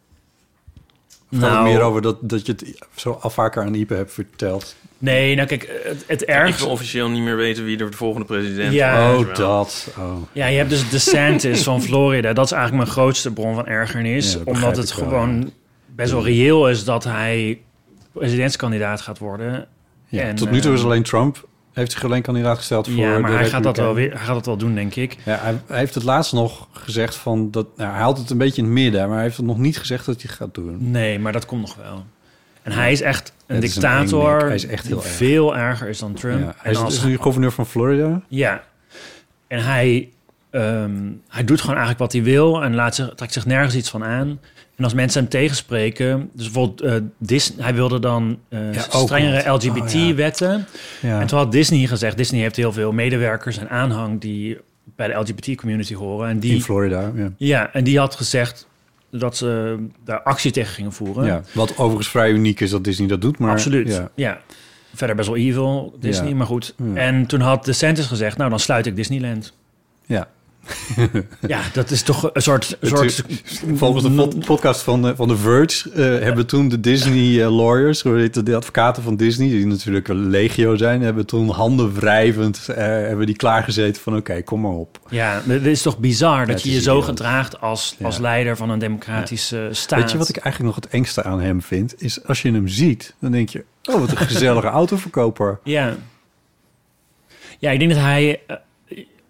Of gaat het meer over dat je het zo vaker aan Ipe hebt verteld? Nee, nou kijk, het ergste... Ik wil officieel niet meer weten wie de volgende president is. Ja. Dat. Ja, je hebt dus DeSantis van Florida. Dat is eigenlijk mijn grootste bron van ergernis. Ja, omdat het gewoon best wel reëel is dat hij presidentskandidaat gaat worden. Ja, en, tot nu toe is alleen Trump... heeft zich alleen kandidaat gesteld voor... Ja, maar hij gaat dat wel doen, denk ik. Ja, hij heeft het laatst nog gezegd van... dat. Nou, hij houdt het een beetje in het midden... maar hij heeft het nog niet gezegd dat hij het gaat doen. Nee, maar dat komt nog wel. En hij is echt een dictator... Hij is echt heel erg. Veel erger is dan Trump. Ja, hij is nu gouverneur van Florida. Ja. En hij doet gewoon eigenlijk wat hij wil... en trekt zich nergens iets van aan... En als mensen hem tegenspreken... Dus bijvoorbeeld Disney... Hij wilde dan strengere LGBT-wetten. Ja. En toen had Disney gezegd... Disney heeft heel veel medewerkers en aanhang... die bij de LGBT-community horen. En die, in Florida, ja. Ja, en die had gezegd... dat ze daar actie tegen gingen voeren. Ja, wat overigens vrij uniek is dat Disney dat doet. Maar, absoluut, ja. Verder best wel evil, Disney, maar goed. Ja. En toen had DeSantis gezegd... nou, dan sluit ik Disneyland. Ja. Ja, dat is toch een soort... Volgens de podcast van The Verge hebben toen de Disney lawyers, de advocaten van Disney, die natuurlijk een legio zijn, hebben toen handen wrijvend hebben die klaargezeten van oké, kom maar op. Ja, het is toch bizar dat je je zo gedraagt als leider van een democratische staat. Weet je wat ik eigenlijk nog het engste aan hem vind? Is als je hem ziet, dan denk je, oh, wat een gezellige autoverkoper. Ja. Ja, ik denk dat hij...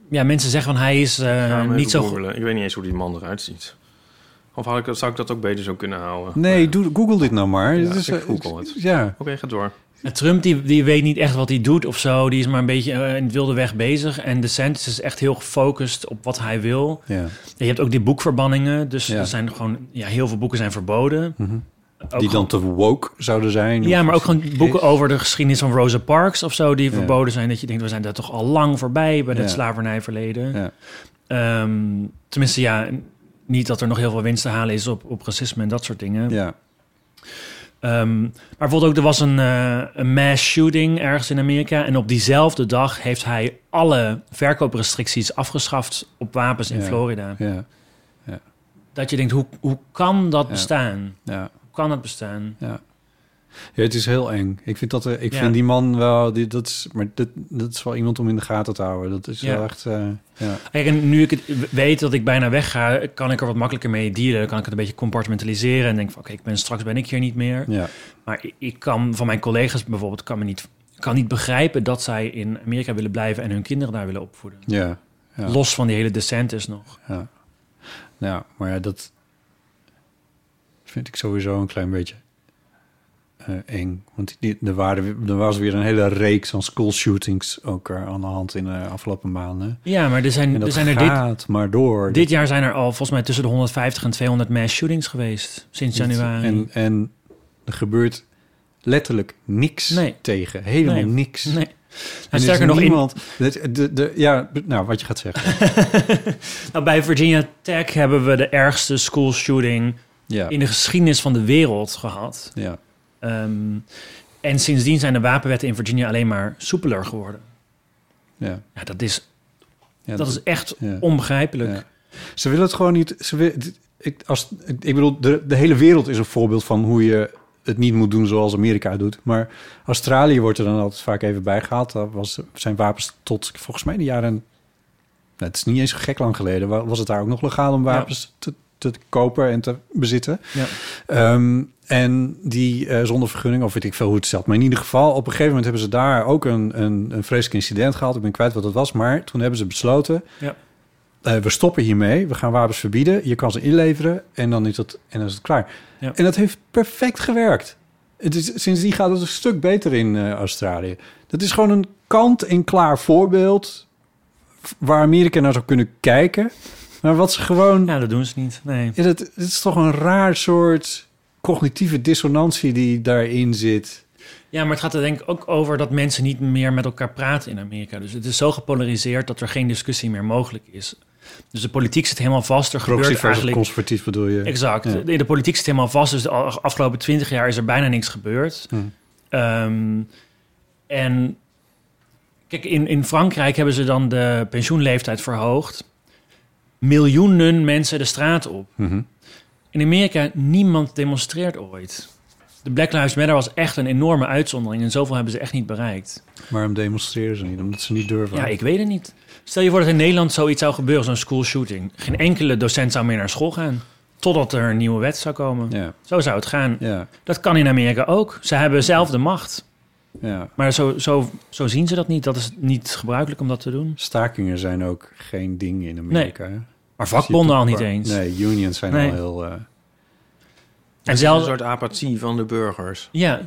mensen zeggen van hij is niet zo goed. Ik weet niet eens hoe die man eruit ziet. Of zou ik dat ook beter zo kunnen houden? Nee, Google dit nou maar. Ja, Google het. Ja. Oké, ga door. Trump die weet niet echt wat hij doet of zo. Die is maar een beetje in het wilde weg bezig. En DeSantis is echt heel gefocust op wat hij wil. Ja. Je hebt ook die boekverbanningen. Dus er zijn gewoon heel veel boeken zijn verboden. Mm-hmm. Die dan te woke zouden zijn. Ja, maar ook gewoon boeken over de geschiedenis van Rosa Parks of zo... die verboden zijn. Dat je denkt, we zijn daar toch al lang voorbij... bij het slavernijverleden. Ja. Tenminste, niet dat er nog heel veel winst te halen is op racisme en dat soort dingen. Ja. Maar bijvoorbeeld ook, er was een mass shooting ergens in Amerika... en op diezelfde dag heeft hij alle verkooprestricties afgeschaft... op wapens in Florida. Ja. Dat je denkt, hoe kan dat bestaan? Ja. Hoe kan dat bestaan? Ja. Ja, het is heel eng. Ik vind vind die man wel... dat is wel iemand om in de gaten te houden. Dat is wel echt... Kijk, en nu ik het weet dat ik bijna wegga... kan ik er wat makkelijker mee dealen. Dan kan ik het een beetje compartimentaliseren... en denk van, oké, straks ben ik hier niet meer. Ja. Maar ik kan van mijn collega's bijvoorbeeld... kan niet begrijpen dat zij in Amerika willen blijven... en hun kinderen daar willen opvoeden. Ja. Los van die hele DeSantis nog. Ja. Nou, maar dat vind ik sowieso een klein beetje... eng. Want er was weer een hele reeks van school shootings ook aan de hand in de afgelopen maanden. Ja, maar er zijn maar door. Dit jaar zijn er al volgens mij tussen de 150 en 200 mass shootings geweest sinds januari. En er gebeurt letterlijk niks tegen. Helemaal niks. Nee. En sterker nog niemand. Wat je gaat zeggen. Nou, bij Virginia Tech hebben we de ergste school shooting in de geschiedenis van de wereld gehad. Ja. En sindsdien zijn de wapenwetten in Virginia alleen maar soepeler geworden. Ja, dat is echt onbegrijpelijk. Ja. Ze willen het gewoon niet... Ik bedoel, de hele wereld is een voorbeeld van hoe je het niet moet doen zoals Amerika het doet. Maar Australië wordt er dan altijd vaak even bijgehaald. Daar zijn wapens tot, volgens mij, in de jaren... het is niet eens gek lang geleden. Was het daar ook nog legaal om wapens te kopen en te bezitten? Ja. En die zonder vergunning, of weet ik veel hoe het zat. Maar in ieder geval, op een gegeven moment hebben ze daar ook een vreselijk incident gehad. Ik ben kwijt wat het was, maar toen hebben ze besloten... we stoppen hiermee, we gaan wapens verbieden. Je kan ze inleveren en dan is het klaar. Ja. En dat heeft perfect gewerkt. Sindsdien gaat het een stuk beter in Australië. Dat is gewoon een kant-en-klaar voorbeeld... waar Amerika naar zou kunnen kijken... Maar wat ze gewoon... Ja, dat doen ze niet. Nee. Ja, het is toch een raar soort cognitieve dissonantie die daarin zit. Ja, maar het gaat er denk ik ook over dat mensen niet meer met elkaar praten in Amerika. Dus het is zo gepolariseerd dat er geen discussie meer mogelijk is. Dus de politiek zit helemaal vast. Er gebeurt eigenlijk... conservatief bedoel je? Exact. Ja. De politiek zit helemaal vast. Dus de afgelopen 20 jaar is er bijna niks gebeurd. En kijk, in Frankrijk hebben ze dan de pensioenleeftijd verhoogd. Miljoenen mensen de straat op. Mm-hmm. In Amerika, niemand demonstreert ooit. De Black Lives Matter was echt een enorme uitzondering... en zoveel hebben ze echt niet bereikt. Waarom demonstreren ze niet? Omdat ze niet durven? Ja, ik weet het niet. Stel je voor dat in Nederland zoiets zou gebeuren... zo'n school shooting. Geen enkele docent zou meer naar school gaan... totdat er een nieuwe wet zou komen. Ja. Zo zou het gaan. Ja. Dat kan in Amerika ook. Ze hebben zelf de macht. Ja. Maar zo zien ze dat niet. Dat is niet gebruikelijk om dat te doen. Stakingen zijn ook geen ding in Amerika. Nee. Maar vakbonden al niet eens. Nee, unions zijn al heel... En zelfs een soort apathie van de burgers. Ja.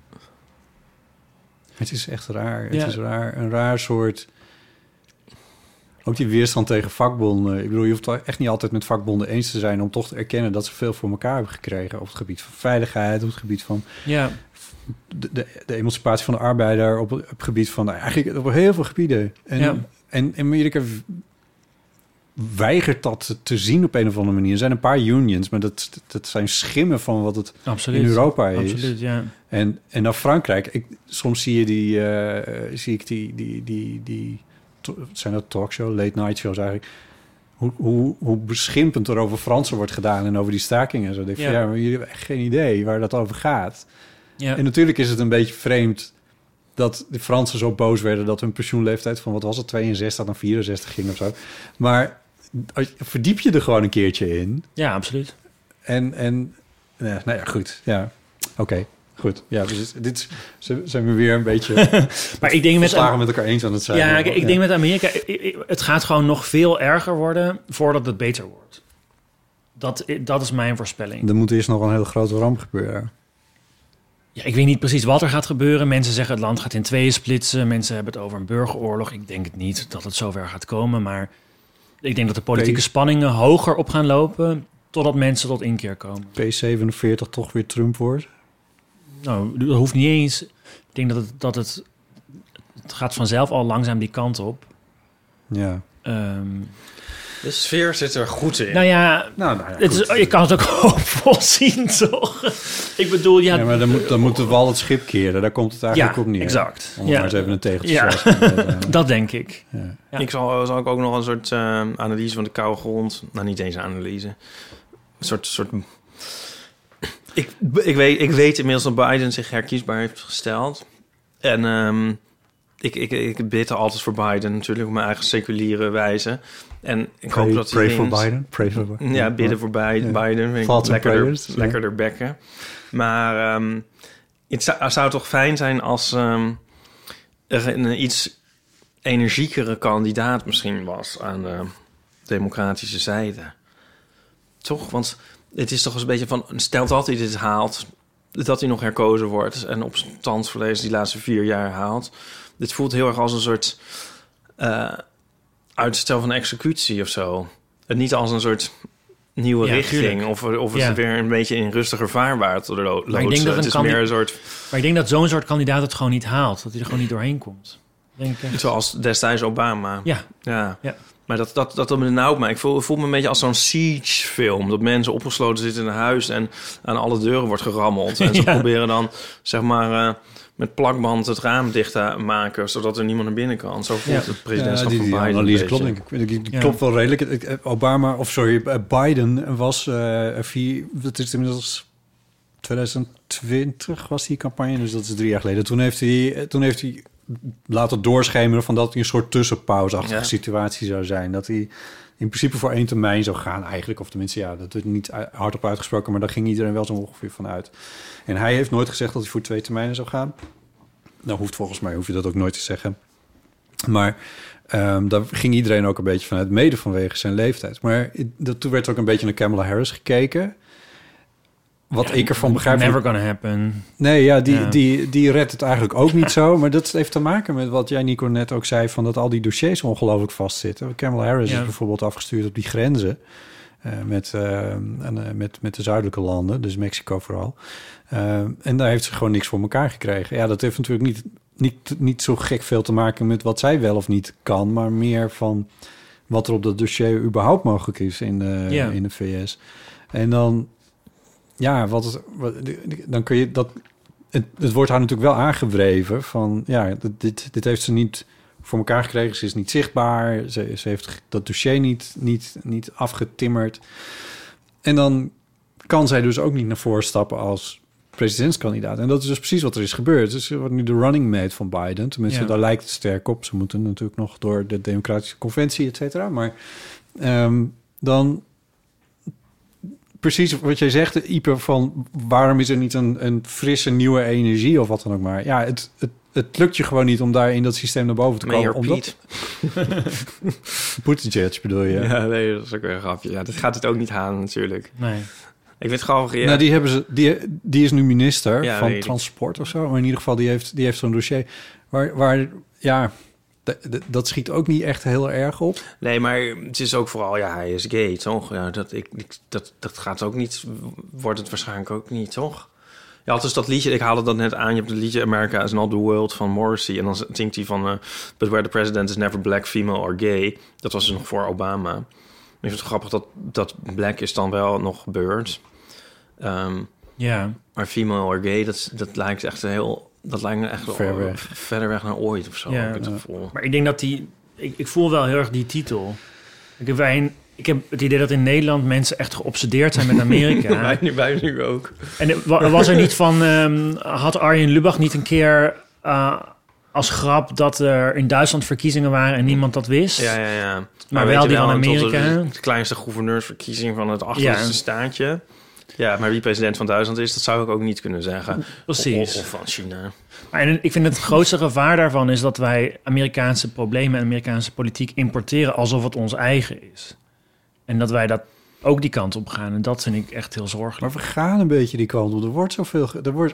Het is echt raar. Het is een raar soort... Ook die weerstand tegen vakbonden. Ik bedoel, je hoeft echt niet altijd met vakbonden eens te zijn... om toch te erkennen dat ze veel voor elkaar hebben gekregen... op het gebied van veiligheid, op het gebied van... De emancipatie van de arbeider... op het gebied van... eigenlijk op heel veel gebieden. En Amerika... weigert dat te zien op een of andere manier. Er zijn een paar unions, maar dat zijn schimmen van wat het in Europa is. Absoluut, ja. En naar Frankrijk, soms zie je die zijn dat talkshow, late night shows eigenlijk, hoe beschimpend er over Fransen wordt gedaan en over die stakingen. Zo denk ik, maar jullie hebben echt geen idee waar dat over gaat. Ja. En natuurlijk is het een beetje vreemd dat de Fransen zo boos werden dat hun pensioenleeftijd van, wat was het, 62 naar 64 ging of zo. Maar verdiep je er gewoon een keertje in. Ja, absoluut. En nou ja, goed. Ja, oké. Goed, ja, dus zijn we weer een beetje maar ik denk met elkaar eens aan het zijn. Ja, ik denk met Amerika, het gaat gewoon nog veel erger worden voordat het beter wordt. Dat is mijn voorspelling. Er moet eerst nog een hele grote ramp gebeuren. Ja, ik weet niet precies wat er gaat gebeuren. Mensen zeggen het land gaat in tweeën splitsen. Mensen hebben het over een burgeroorlog. Ik denk het niet dat het zover gaat komen. Maar ik denk dat de politieke spanningen hoger op gaan lopen totdat mensen tot inkeer komen. P47 toch weer Trump wordt? Nou, dat hoeft niet eens. Ik denk dat het gaat vanzelf al langzaam die kant op. Ja. De sfeer zit er goed in. Nou ja, je kan het ook hoopvol zien, toch? Ik bedoel, ja, maar dan moet de wal het schip keren. Daar komt het eigenlijk op neer. Exact. Om maar eens even een tegen te zeggen. Dat denk ik. Ja. Ja. Ik zal ook nog een soort analyse van de koude grond... Nou, niet eens een analyse. Een soort Ik weet inmiddels dat Biden zich herkiesbaar heeft gesteld. En ik bid er altijd voor Biden natuurlijk op mijn eigen seculiere wijze. En ik hoop dat hij wint. Pray for Biden. Ja, bidden voor Biden. Lekkerder bekken. Maar het zou toch fijn zijn als er een iets energiekere kandidaat misschien was aan de democratische zijde. Toch? Want het is toch eens een beetje van... Stel dat hij dit haalt, dat hij nog herkozen wordt... en op standsverlees die laatste 4 jaar haalt. Dit voelt heel erg als een soort uitstel van executie of zo. En niet als een soort nieuwe richting... of het weer een beetje in rustiger vaarwater loodsen. Maar ik denk dat het is meer een soort... Maar ik denk dat zo'n soort kandidaat het gewoon niet haalt. Dat hij er gewoon niet doorheen komt. Denk ik. Zoals destijds Obama. Ja. Maar dat benauwt mij. Ik voel me een beetje als zo'n siege-film. Dat mensen opgesloten zitten in een huis... en aan alle deuren wordt gerammeld. En ze proberen dan, zeg maar... met plakband het raam dicht te maken... zodat er niemand naar binnen kan. Zo voelt het presidentschap van Biden. Die analyse klopt, denk ik. Klopt wel redelijk. Biden was... dat is inmiddels 2020 was die campagne. Dus dat is 3 jaar geleden. Toen heeft hij laten doorschemeren... van dat hij een soort tussenpauze-achtige situatie zou zijn. Dat hij in principe voor 1 termijn zou gaan eigenlijk. Of tenminste, dat werd niet hardop uitgesproken... maar daar ging iedereen wel zo ongeveer van uit. En hij heeft nooit gezegd dat hij voor 2 termijnen zou gaan. Nou, volgens mij hoef je dat ook nooit te zeggen. Maar daar ging iedereen ook een beetje vanuit, mede vanwege zijn leeftijd. Maar toen werd ook een beetje naar Kamala Harris gekeken. Wat ik ervan begrijp... Never gonna happen. Nee, die redt het eigenlijk ook niet zo. Maar dat heeft te maken met wat jij, Nico, net ook zei... van dat al die dossiers ongelooflijk vastzitten. Kamala Harris is bijvoorbeeld afgestuurd op die grenzen... met de zuidelijke landen, dus Mexico vooral. En daar heeft ze gewoon niks voor elkaar gekregen. Ja, dat heeft natuurlijk niet zo gek veel te maken met wat zij wel of niet kan... maar meer van wat er op dat dossier überhaupt mogelijk is in de VS. En dan... Ja, dan kun je dat... Het wordt haar natuurlijk wel aangewreven van... Ja, dit heeft ze niet voor elkaar gekregen. Ze is niet zichtbaar. Ze heeft dat dossier niet afgetimmerd. En dan kan zij dus ook niet naar voren stappen als presidentskandidaat. En dat is dus precies wat er is gebeurd. Dus ze wordt nu de running mate van Biden. Tenminste, daar lijkt het sterk op. Ze moeten natuurlijk nog door de Democratische Conventie, et cetera. Maar dan... Precies wat jij zegt, Ipe, van waarom is er niet een frisse nieuwe energie of wat dan ook maar. Ja, het lukt je gewoon niet om daar in dat systeem naar boven te komen. Omdat... Buttigieg bedoel je? Ja, nee, dat is ook weer een grapje. Ja, dat gaat het ook niet halen natuurlijk. Nee. Ik weet gewoon... Ja. Nou, die is nu minister van Transport of zo. Maar in ieder geval, die heeft zo'n dossier waar dat schiet ook niet echt heel erg op. Nee, maar het is ook vooral... Ja, hij is gay, toch? Ja, dat gaat ook niet... Wordt het waarschijnlijk ook niet, toch? Ja, had dus dat liedje... Ik haalde dat net aan. Je hebt het liedje America is not the world van Morrissey. En dan zingt hij van... But where the president is never black, female or gay. Dat was dus nog voor Obama. Ik vind het grappig dat black is dan wel nog gebeurd. Maar female or gay, dat lijkt echt heel... Dat lijkt me echt verder weg naar ooit of zo. Ja, maar ik denk dat ik voel wel heel erg die titel. Ik heb het idee dat in Nederland mensen echt geobsedeerd zijn met Amerika. wij nu ook. En was er niet van... had Arjen Lubach niet een keer als grap... dat er in Duitsland verkiezingen waren en niemand dat wist? Ja. Maar wel die van Amerika. De kleinste gouverneursverkiezing van het achterste staatje. Ja, maar wie president van Duitsland is, dat zou ik ook niet kunnen zeggen. Precies. Of van China. En ik vind het grootste gevaar daarvan is dat wij Amerikaanse problemen en Amerikaanse politiek importeren alsof het ons eigen is. En dat wij dat ook die kant op gaan. En dat vind ik echt heel zorgelijk. Maar we gaan een beetje die kant op. Er wordt zoveel... maar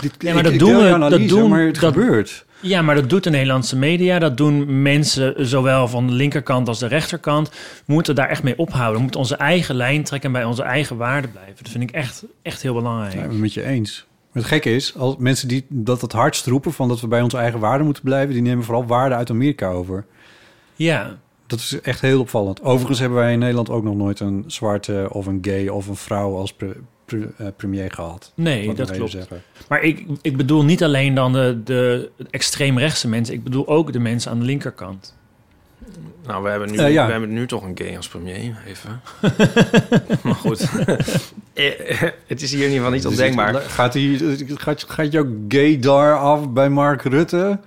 het gebeurt. Ja, maar dat doet de Nederlandse media. Dat doen mensen zowel van de linkerkant als de rechterkant. We moeten daar echt mee ophouden. We moeten onze eigen lijn trekken en bij onze eigen waarden blijven. Dat vind ik echt heel belangrijk. Ja, ik ben het met je eens. Maar het gekke is, als mensen die dat het hardst roepen van dat we bij onze eigen waarden moeten blijven, die nemen vooral waarden uit Amerika over. Ja. Dat is echt heel opvallend. Overigens hebben wij in Nederland ook nog nooit een zwarte of een gay of een vrouw als premier gehad. Nee, dat klopt. Zeggen. Maar ik bedoel niet alleen dan de extreemrechtse mensen. Ik bedoel ook de mensen aan de linkerkant. Nou, we hebben nu toch een gay als premier, even. Maar goed. Het is hier in ieder geval niet ondenkbaar. Gaat jouw gay daar af bij Mark Rutte?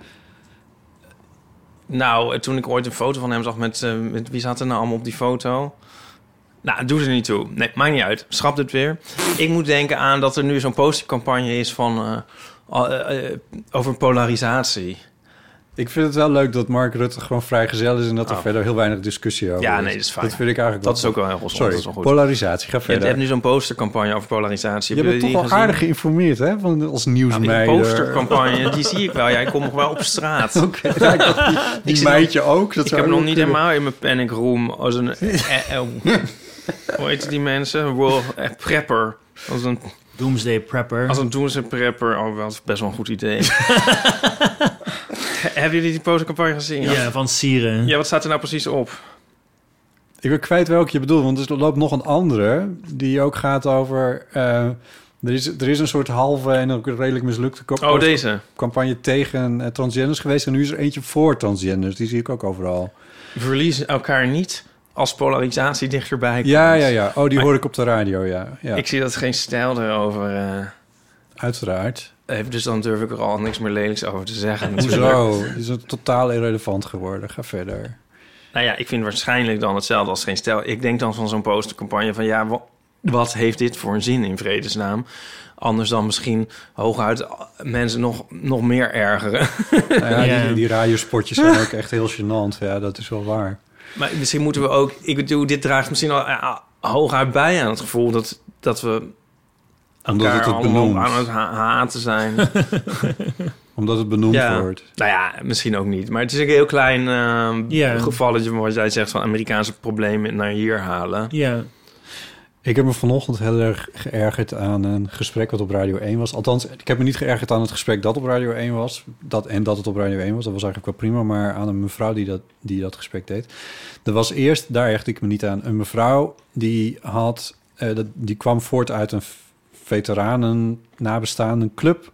Nou, toen ik ooit een foto van hem zag met wie zat er nou allemaal op die foto? Nou, doe er niet toe. Nee, maakt niet uit. Schrap dit weer. Ik moet denken aan dat er nu zo'n postercampagne is van over polarisatie. Ik vind het wel leuk dat Mark Rutte gewoon vrijgezel is en dat er verder heel weinig discussie over is. Ja, nee, dat is fijn. Dat vind ik eigenlijk dat is ook wel heel gezond. Sorry, dat is wel goed. Polarisatie, ga verder. Je hebt nu zo'n postercampagne over polarisatie. Je bent toch wel aardig geïnformeerd, hè? Als nieuwsmeider. Die postercampagne, die zie ik wel. Jij komt nog wel op straat. Oké, die meidje ook. Ik heb hem nog niet helemaal in mijn panic room als een... hoe heet die mensen? Prepper. Als een... Doomsday Prepper. Als een Doomsday Prepper. Oh, dat is best wel een goed idee. Hebben jullie die postercampagne gezien? Ja, van Sieren. Ja, wat staat er nou precies op? Ik ben kwijt welke je bedoelt, want er loopt nog een andere die ook gaat over... er is een soort halve en ook redelijk mislukte campagne tegen transgenders geweest. En nu is er eentje voor transgenders. Die zie ik ook overal. Verlies elkaar niet als polarisatie dichterbij komt. Ja. Oh, die hoor ik op de radio, ja. Ik zie dat geen stijl erover... Uiteraard. Dus dan durf ik er al niks meer lelijks over te zeggen. Hoezo? Die is totaal irrelevant geworden. Ga verder. Nou ja, ik vind waarschijnlijk dan hetzelfde als geen stijl. Ik denk dan van zo'n postercampagne van... ja, wat heeft dit voor een zin in vredesnaam? Anders dan misschien hooguit mensen nog meer ergeren. Nou ja, die radiospotjes zijn ook echt heel gênant. Ja, dat is wel waar. Maar misschien moeten we ook... Ik bedoel, dit draagt misschien al hooguit bij aan het gevoel dat we... Omdat het benoemd aan het haten zijn. Omdat het benoemd wordt. Nou ja, misschien ook niet. Maar het is een heel klein gevalletje van wat jij zegt... van Amerikaanse problemen naar hier halen. Ja. Ik heb me vanochtend heel erg geërgerd aan een gesprek wat op Radio 1 was. Althans, ik heb me niet geërgerd aan het gesprek dat op Radio 1 was. Dat het op Radio 1 was, dat was eigenlijk wel prima. Maar aan een mevrouw die dat gesprek deed. Er was eerst, daar hecht ik me niet aan, een mevrouw die die kwam voort uit een veteranen nabestaande club.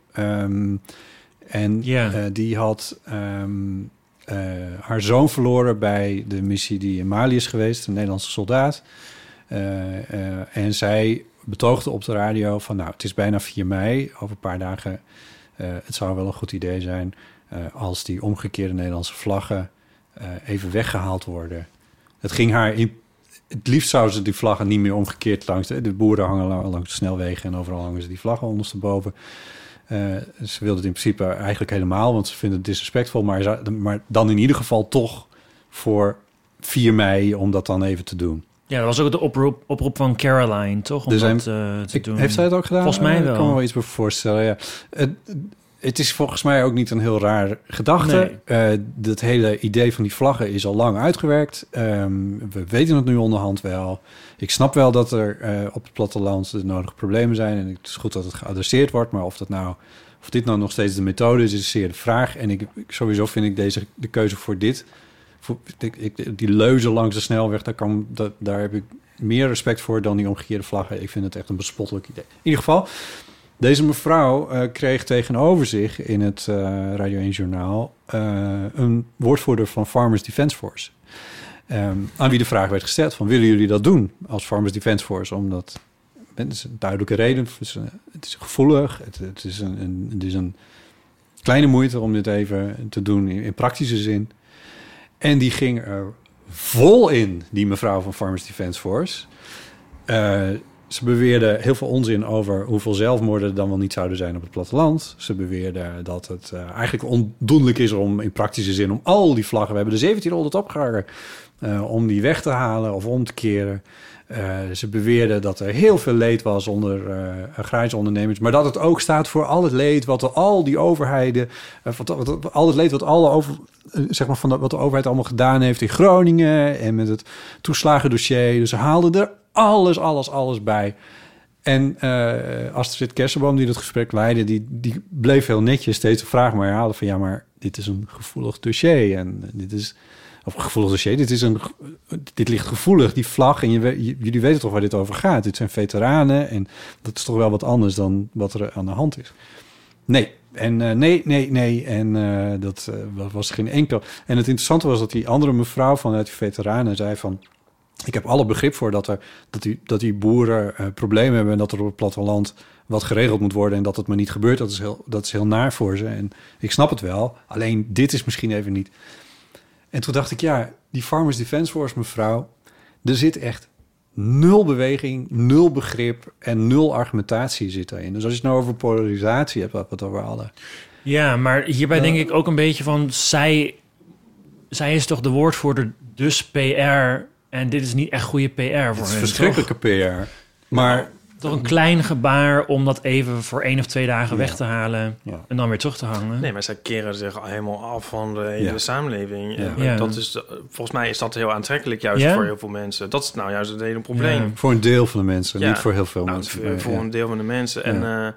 Die had haar zoon verloren bij de missie die in Mali is geweest, een Nederlandse soldaat. En zij betoogde op de radio van... nou, het is bijna 4 mei, over een paar dagen. Het zou wel een goed idee zijn... als die omgekeerde Nederlandse vlaggen even weggehaald worden. Het ging haar het liefst zouden ze die vlaggen niet meer omgekeerd langs... De boeren hangen langs de snelwegen en overal hangen ze die vlaggen ondersteboven. Ze wilden het in principe eigenlijk helemaal... want ze vinden het disrespectvol... maar dan in ieder geval toch voor 4 mei om dat dan even te doen. Ja, dat was ook de oproep van Caroline, toch? Om dat te doen. Heeft zij het ook gedaan? Volgens mij wel. Ik kan me wel iets bij voorstellen, ja. Het is volgens mij ook niet een heel raar gedachte. Nee. Dat hele idee van die vlaggen is al lang uitgewerkt. We weten het nu onderhand wel. Ik snap wel dat er op het platteland de nodige problemen zijn. En het is goed dat het geadresseerd wordt. Maar of dit nou nog steeds de methode is zeer de vraag. En sowieso vind ik de keuze voor dit... Die leuzen langs de snelweg, daar heb ik meer respect voor dan die omgekeerde vlaggen. Ik vind het echt een bespottelijk idee. In ieder geval, deze mevrouw kreeg tegenover zich in het Radio 1 Journaal een woordvoerder van Farmers Defence Force. Aan wie de vraag werd gesteld van, willen jullie dat doen als Farmers Defence Force? Omdat, het is een duidelijke reden, het is gevoelig, het is een kleine moeite om dit even te doen in praktische zin. En die ging er vol in, die mevrouw van Farmers Defence Force. Ze beweerden heel veel onzin over hoeveel zelfmoorden er dan wel niet zouden zijn op het platteland. Ze beweerden dat het eigenlijk ondoenlijk is om in praktische zin om al die vlaggen, we hebben de 1700 opgehangen, om die weg te halen of om te keren. Ze beweerden dat er heel veel leed was onder agrarische ondernemers, maar dat het ook staat voor al het leed wat al die overheden, al het leed wat wat de overheid allemaal gedaan heeft in Groningen en met het toeslagendossier. Dus ze haalden er alles bij. En Astrid Kersenboom, die dat gesprek leidde, die bleef heel netjes steeds de vraag maar herhalen van ja, maar dit is een gevoelig dossier en dit ligt gevoelig, die vlag. En jullie weten toch waar dit over gaat. Dit zijn veteranen en dat is toch wel wat anders dan wat er aan de hand is. Nee. En nee. En dat was geen enkel. En het interessante was dat die andere mevrouw vanuit die veteranen zei van, ik heb alle begrip voor dat die boeren problemen hebben en dat er op het platteland wat geregeld moet worden en dat het maar niet gebeurt. Dat is heel naar voor ze. En ik snap het wel. Alleen dit is misschien even niet. En toen dacht ik, ja, die Farmers Defence Force mevrouw, er zit echt 0 beweging, 0 begrip en 0 argumentatie zit daarin. Dus als je het nou over polarisatie hebt, wat we het over hadden. Ja, maar hierbij denk ik ook een beetje van, zij is toch de woordvoerder, dus PR. En dit is niet echt goede PR voor hen. Het is verschrikkelijke PR. Maar toch een klein gebaar om dat even voor 1 of 2 dagen weg te halen en dan weer terug te hangen. Nee, maar zij keren zich helemaal af van de hele samenleving. Ja. Dat is, volgens mij is dat heel aantrekkelijk juist voor heel veel mensen. Dat is nou juist het hele probleem. Ja. Voor een deel van de mensen, niet voor heel veel mensen. Voor een deel van de mensen. En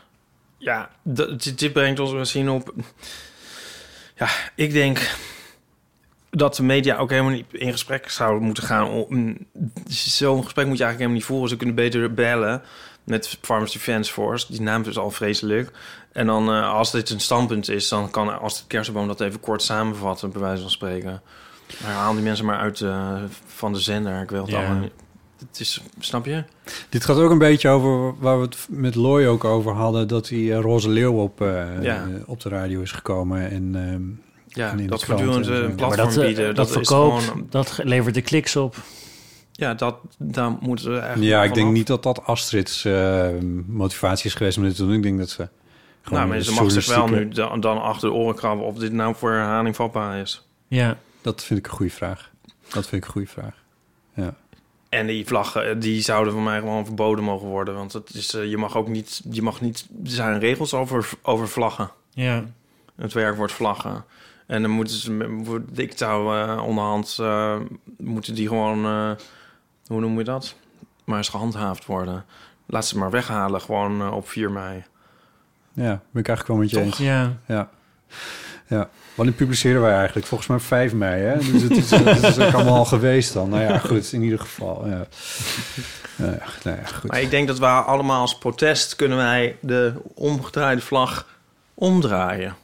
dit brengt ons misschien op. Ja, ik denk dat de media ook helemaal niet in gesprek zouden moeten gaan. Zo'n gesprek moet je eigenlijk helemaal niet voeren. Ze kunnen beter bellen met Farmers Defence Force. Die naam is al vreselijk. En dan, als dit een standpunt is, dan kan Astrid Kersenboom dat even kort samenvatten, bij wijze van spreken. Maar haal die mensen maar uit van de zender. Ik wil het allemaal niet. Het is, snap je? Dit gaat ook een beetje over waar we het met Loy ook over hadden, dat die Roze Leeuw op de radio is gekomen en dat voortdurend een platform bieden. Dat verkoopt, is gewoon, dat levert de kliks op. Ja, daar moeten we eigenlijk. Ja, ik denk niet dat Astrid's motivatie is geweest om dit te doen. Ik denk dat ze gewoon. Maar ze mag zich wel nu dan achter de oren krabben of dit nou voor herhaling vatbaar is. Ja, dat vind ik een goede vraag. Ja. En die vlaggen, die zouden van mij gewoon verboden mogen worden, want het is, je mag niet. Er zijn regels over vlaggen. Ja. Het werkwoord vlaggen. En dan moeten ze voor dictaal onderhand moeten die gewoon, hoe noem je dat? Maar eens gehandhaafd worden. Laat ze maar weghalen, gewoon op 4 mei. Ja, ben ik eigenlijk wel met je eens. Ja. Wanneer publiceren wij eigenlijk? Volgens mij 5 mei, hè? Dus het is ook allemaal al geweest dan. Nou ja, goed, in ieder geval. Ja. Goed. Maar ik denk dat we allemaal als protest kunnen wij de omgedraaide vlag omdraaien.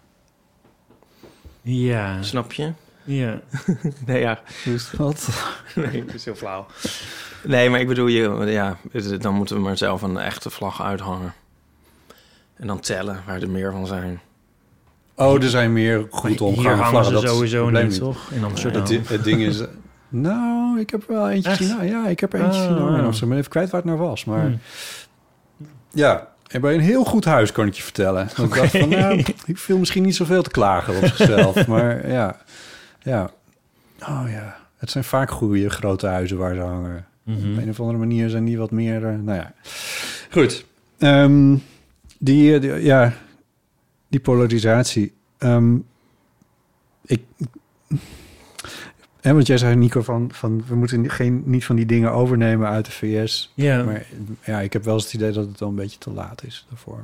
Ja. Snap je? Ja. Nee, ja. Dus wat? Nee, dat is heel flauw. Nee, maar ik bedoel, dan moeten we maar zelf een echte vlag uithangen. En dan tellen waar er meer van zijn. Oh, er zijn meer goed omgaande vlaggen. Dat sowieso niet, toch? In Amsterdam. Het ding is... Nou, ik heb er wel eentje gezien. Ja, ik heb er eentje gezien. In Amsterdam. Ik ben even kwijt waar het nou was. Maar ja, en bij een heel goed huis kan ik je vertellen. Okay. Ik dacht van, ik viel misschien niet zoveel te klagen op zichzelf. Maar ja. Oh ja, het zijn vaak goede grote huizen waar ze hangen. Mm-hmm. Op een of andere manier zijn die wat meer... nou ja, goed. Die polarisatie. Want jij zei, Nico, van we moeten niet van die dingen overnemen uit de VS. Ja. Maar ja, ik heb wel eens het idee dat het al een beetje te laat is daarvoor.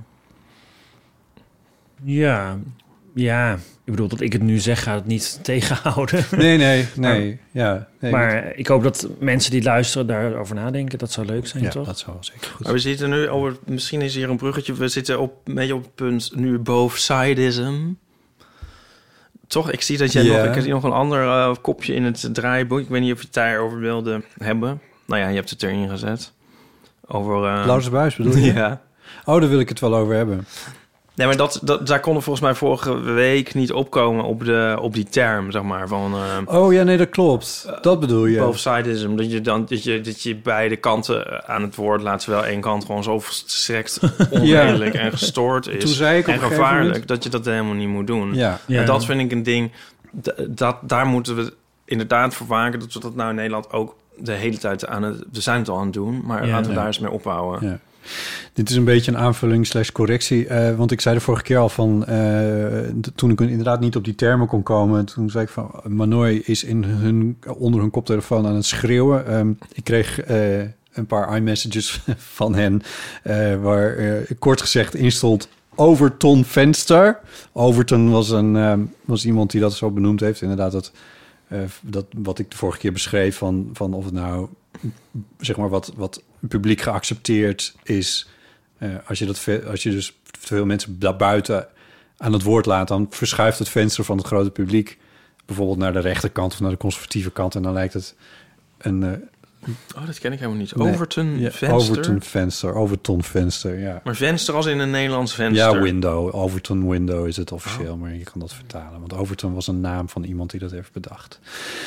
Ja. Ik bedoel, dat ik het nu zeg, gaat het niet tegenhouden. Nee. Maar ik hoop dat mensen die luisteren daarover nadenken. Dat zou leuk zijn, toch? Ja, dat zou wel zeker goed maar we zitten nu over... Misschien is hier een bruggetje. We zitten een beetje op het punt nu boven sidism. Toch? Ik zie dat jij ik zie nog een ander kopje in het draaiboek. Ik weet niet of je het daarover wilde hebben. Nou ja, je hebt het erin gezet. Over... Laurens Buijs bedoel je? Ja. Oh, daar wil ik het wel over hebben. Nee, maar daar konden volgens mij vorige week niet opkomen op die term, zeg maar. Van, dat klopt. Dat bedoel je. Both sidism. Dat je beide kanten aan het woord laat, terwijl één kant gewoon zo verstrekt onredelijk en gestoord is. Toen zei ik en gevaarlijk dat je dat helemaal niet moet doen. Ja. En dat vind ik een ding. Daar moeten we inderdaad voor waken dat we dat nou in Nederland ook de hele tijd we zijn het al aan het doen, maar laten we daar eens mee ophouden. Ja. Dit is een beetje een aanvulling / correctie. Want ik zei de vorige keer al van... toen ik inderdaad niet op die termen kon komen... toen zei ik van... Manoy is onder hun koptelefoon aan het schreeuwen. Ik kreeg een paar iMessages van hen... waar kort gezegd in stond... Overton Venster. Overton was iemand die dat zo benoemd heeft. Inderdaad, dat wat ik de vorige keer beschreef... van of het nou... zeg maar wat publiek geaccepteerd is... als je dus veel mensen daarbuiten aan het woord laat... dan verschuift het venster van het grote publiek... bijvoorbeeld naar de rechterkant of naar de conservatieve kant... en dan lijkt het een... dat ken ik helemaal niet. Nee, Overton venster, ja. Maar venster als in een Nederlands venster? Ja, window. Overton window is het officieel, maar je kan dat vertalen. Want Overton was een naam van iemand die dat heeft bedacht.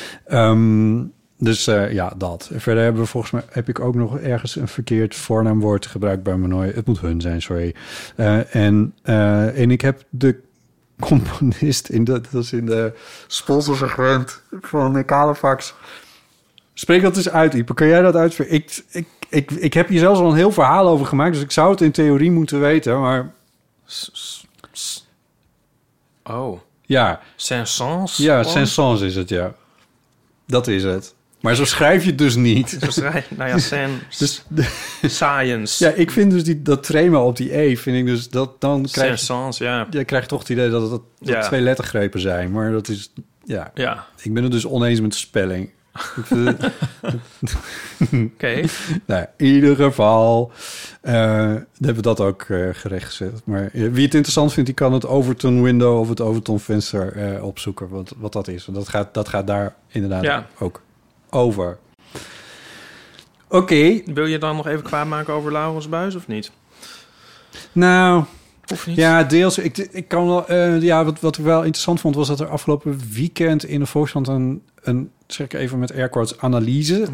Dus dat. Verder hebben we heb ik ook nog ergens een verkeerd voornaamwoord gebruikt bij Manoy. Het moet hun zijn, sorry. En ik heb de componist dat is in de sponsorsegment van Calefax. Spreek dat eens uit, Ipe. Kan jij dat uitvoeren? Ik heb hier zelfs al een heel verhaal over gemaakt, dus ik zou het in theorie moeten weten, maar... Ja. Saint-Saëns? Ja, Saint-Saëns is het, ja. Dat is het. Maar zo schrijf je het dus niet. Science. Ja, ik vind dus dat trema op die E, vind ik dus dat dan Saint-Saëns, ja. Je krijgt toch het idee dat het twee lettergrepen zijn, maar dat is, ja. Ik ben het dus oneens met de spelling. Oké. Nou, in ieder geval hebben we dat ook gerechtgezet. Maar wie het interessant vindt, die kan het Overton window of het Overton venster opzoeken. Wat dat is. Want dat gaat daar inderdaad ook over. Oké. Wil je dan nog even kwaad maken over Laurens Buijs of niet? Nou... Of niet? Ja, deels. Ik kan wel... wat ik wel interessant vond, was dat er afgelopen weekend in de Volkskrant een zeg ik even met air quotes, analyse.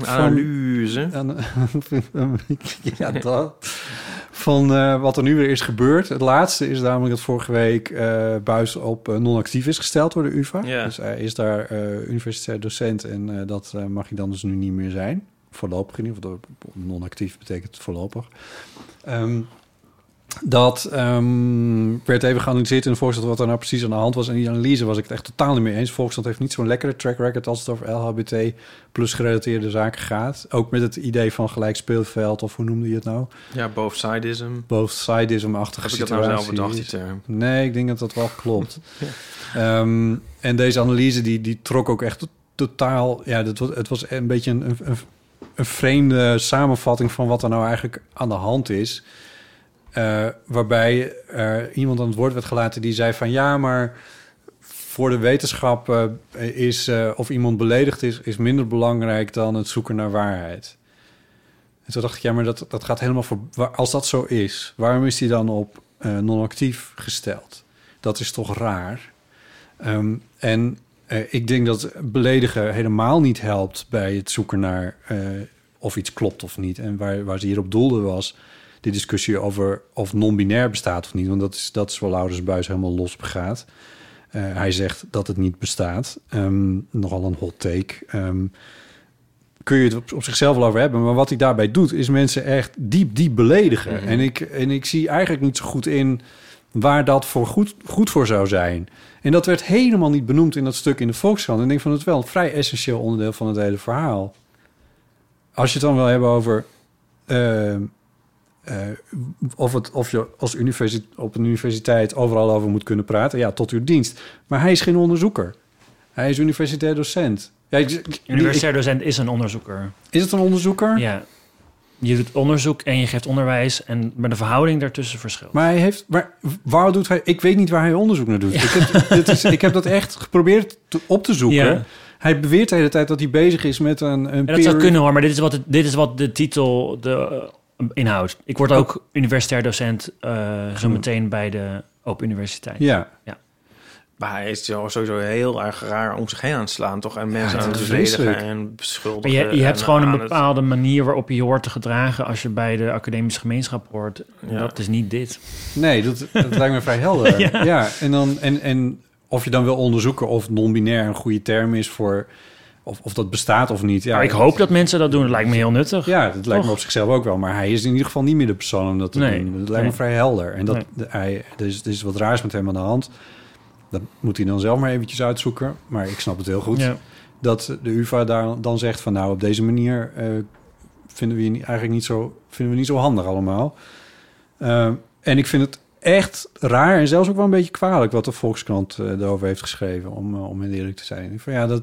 Ja, dat. Van wat er nu weer is gebeurd. Het laatste is namelijk dat vorige week Buijs op non-actief is gesteld door de UvA. Ja. Dus hij is daar universitair docent en dat mag hij dan dus nu niet meer zijn. Voorlopig in ieder geval. Non-actief betekent voorlopig. Dat werd even geanalyseerd in de Volkskrant wat er nou precies aan de hand was. En die analyse was ik het echt totaal niet mee eens. Volkskrant heeft niet zo'n lekkere track record als het over LHBT plus gerelateerde zaken gaat. Ook met het idee van gelijk speelveld, of hoe noemde je het nou? Ja, both sidism. Both sidism-achtige situaties. Heb ik dat nou zelf bedacht, die term? Nee, ik denk dat dat wel klopt. Ja. En deze analyse die trok ook echt totaal... Ja, het was een beetje een vreemde samenvatting van wat er nou eigenlijk aan de hand is... waarbij iemand aan het woord werd gelaten die zei van... ja, maar voor de wetenschap is of iemand beledigd is minder belangrijk dan het zoeken naar waarheid. En toen dacht ik, ja, maar dat gaat helemaal voor... Als dat zo is, waarom is die dan op non-actief gesteld? Dat is toch raar? Ik denk dat beledigen helemaal niet helpt bij het zoeken naar of iets klopt of niet. En waar ze hierop doelde was... de discussie over of non-binair bestaat of niet. Want dat is waar Laurens Buijs helemaal los begaat. Hij zegt dat het niet bestaat. Nogal een hot take. Kun je het op zichzelf wel over hebben. Maar wat hij daarbij doet, is mensen echt diep beledigen. Mm-hmm. En ik zie eigenlijk niet zo goed in waar dat voor goed voor zou zijn. En dat werd helemaal niet benoemd in dat stuk in de Volkskrant. En ik denk van, het is wel een vrij essentieel onderdeel van het hele verhaal. Als je het dan wil hebben over... of je als op een universiteit overal over moet kunnen praten. Ja, tot uw dienst. Maar hij is geen onderzoeker. Hij is universitair docent. Ja, universitair docent is een onderzoeker. Is het een onderzoeker? Ja. Je doet onderzoek en je geeft onderwijs. Maar de verhouding daartussen verschilt. Maar waar doet hij... Ik weet niet waar hij onderzoek naar doet. Ja. Ik heb dat echt geprobeerd op te zoeken. Ja. Hij beweert de hele tijd dat hij bezig is met een dat zou kunnen hoor, maar dit is wat de titel... inhoud. Ik word ook universitair docent zo meteen bij de Open Universiteit. Ja. Maar hij is sowieso heel erg raar om zich heen aan het slaan, toch? En mensen aan het verdedigen en beschuldigen. Maar je hebt gewoon een bepaalde manier waarop je hoort te gedragen als je bij de academische gemeenschap hoort. Ja. Dat is niet dit. Nee, dat lijkt me vrij helder. Ja. En of je dan wil onderzoeken of non-binair een goede term is voor... Of dat bestaat of niet. Ja, maar ik hoop dat mensen dat doen. Dat lijkt me heel nuttig. Ja, dat lijkt me op zichzelf ook wel. Maar hij is in ieder geval niet meer de persoon om dat te doen. Dat lijkt me vrij helder. En er is wat raars met hem aan de hand. Dat moet hij dan zelf maar eventjes uitzoeken. Maar ik snap het heel goed. Ja. Dat de UvA daar dan zegt van... nou, op deze manier vinden we eigenlijk niet zo handig allemaal. En ik vind het echt raar en zelfs ook wel een beetje kwalijk... wat de Volkskrant erover heeft geschreven, om heel eerlijk te zijn. Van, ja,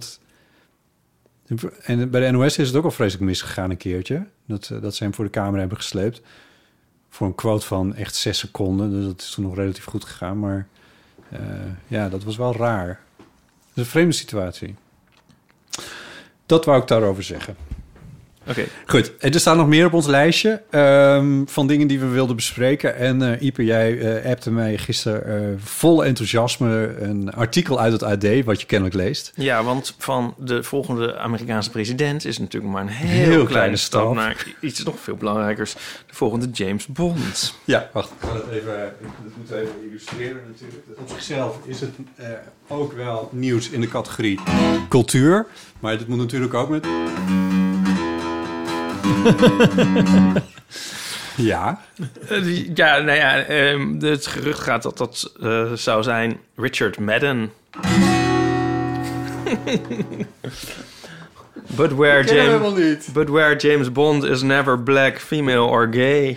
en bij de NOS is het ook al vreselijk misgegaan een keertje. Dat ze hem voor de camera hebben gesleept. Voor een quote van echt 6 seconden. Dus dat is toen nog relatief goed gegaan. Maar dat was wel raar. Het is een vreemde situatie. Dat wou ik daarover zeggen. Oké. Goed, er staat nog meer op ons lijstje van dingen die we wilden bespreken. En Ipe, jij appte mij gisteren vol enthousiasme een artikel uit het AD, wat je kennelijk leest. Ja, want van de volgende Amerikaanse president is natuurlijk maar een heel kleine stap naar iets nog veel belangrijkers. De volgende James Bond. Ja, wacht, ik ga dat moeten we even illustreren natuurlijk. Op zichzelf is het ook wel nieuws in de categorie cultuur. Maar dit moet natuurlijk ook met... Ja. Het gerucht gaat dat zou zijn Richard Madden. But where James Bond is never black, female or gay.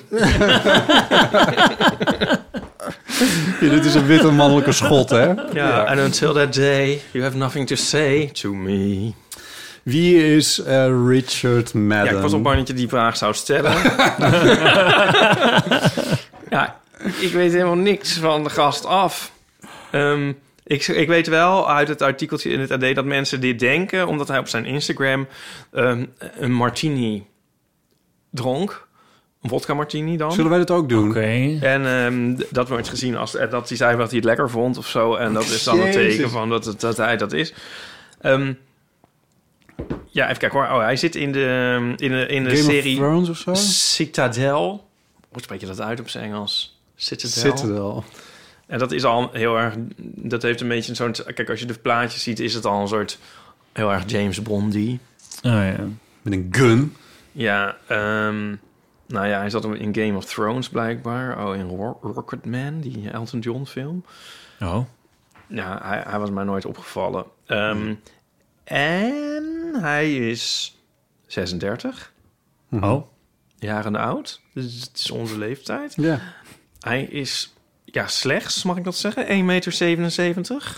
Dit is een witte mannelijke schot, hè? Ja, and until that day, you have nothing to say to me. Wie is Richard Madden? Ja, ik was op bang dat je die vraag zou stellen. Ja, ik weet helemaal niks van de gast af. Ik weet wel uit het artikeltje in het AD dat mensen dit denken... omdat hij op zijn Instagram een martini dronk. Een vodka martini dan. Zullen wij dat ook doen? Okay. En dat wordt gezien als dat hij zei wat hij het lekker vond of zo. En dat is dan een teken van dat hij dat is. Ja, even kijken hoor. Oh, hij zit in de serie Thrones of zo? Citadel. Hoe spreek je dat uit op zijn Engels? Citadel. En dat is al heel erg... Dat heeft een beetje een soort... Kijk, als je de plaatjes ziet, is het al een soort... heel erg James Bondy. Oh ja. Met een gun. Ja, nou ja, hij zat in Game of Thrones blijkbaar. Oh, in Rocketman, die Elton John film. Oh. Ja, hij was mij nooit opgevallen. En hij is 36. Oh. Jaren oud. Dus het is onze leeftijd. Ja. Hij is, ja, slechts, mag ik dat zeggen? 1,77 meter.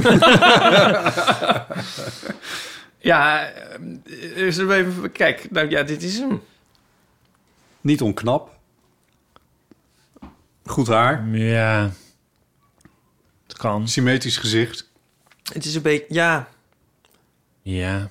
Ja, even, kijk, nou ja, dit is hem. Niet onknap. Goed haar. Ja. Het kan. Symmetrisch gezicht. Het is een beetje, ja. Ja.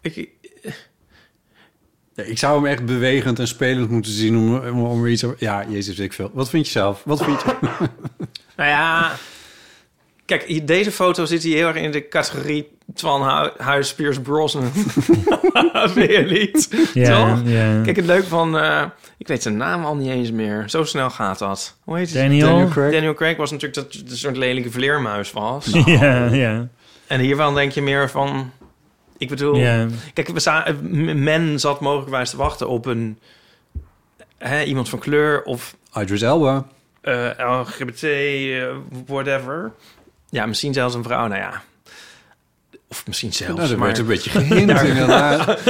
Ik zou hem echt bewegend en spelend moeten zien om er iets... Ja, jezus, weet ik veel. Wat vind je zelf? Wat vind je? Nou ja, kijk, deze foto zit hier heel erg in de categorie van Huis Pierce Brosnan. Vind je niet? Ja, toch? ja. Kijk, het leuk van... ik weet zijn naam al niet eens meer. Zo snel gaat dat. Hoe heet het? Daniel Craig was natuurlijk dat het een soort lelijke vleermuis was. Ja, ja. En hiervan denk je meer van... Ik bedoel... Yeah. Kijk, men zat mogelijkwijs te wachten op een... iemand van kleur of... Idris Elba. LGBT, whatever. Ja, misschien zelfs een vrouw, nou ja. Of misschien zelfs... Nou, dat werd een beetje gehint, inderdaad.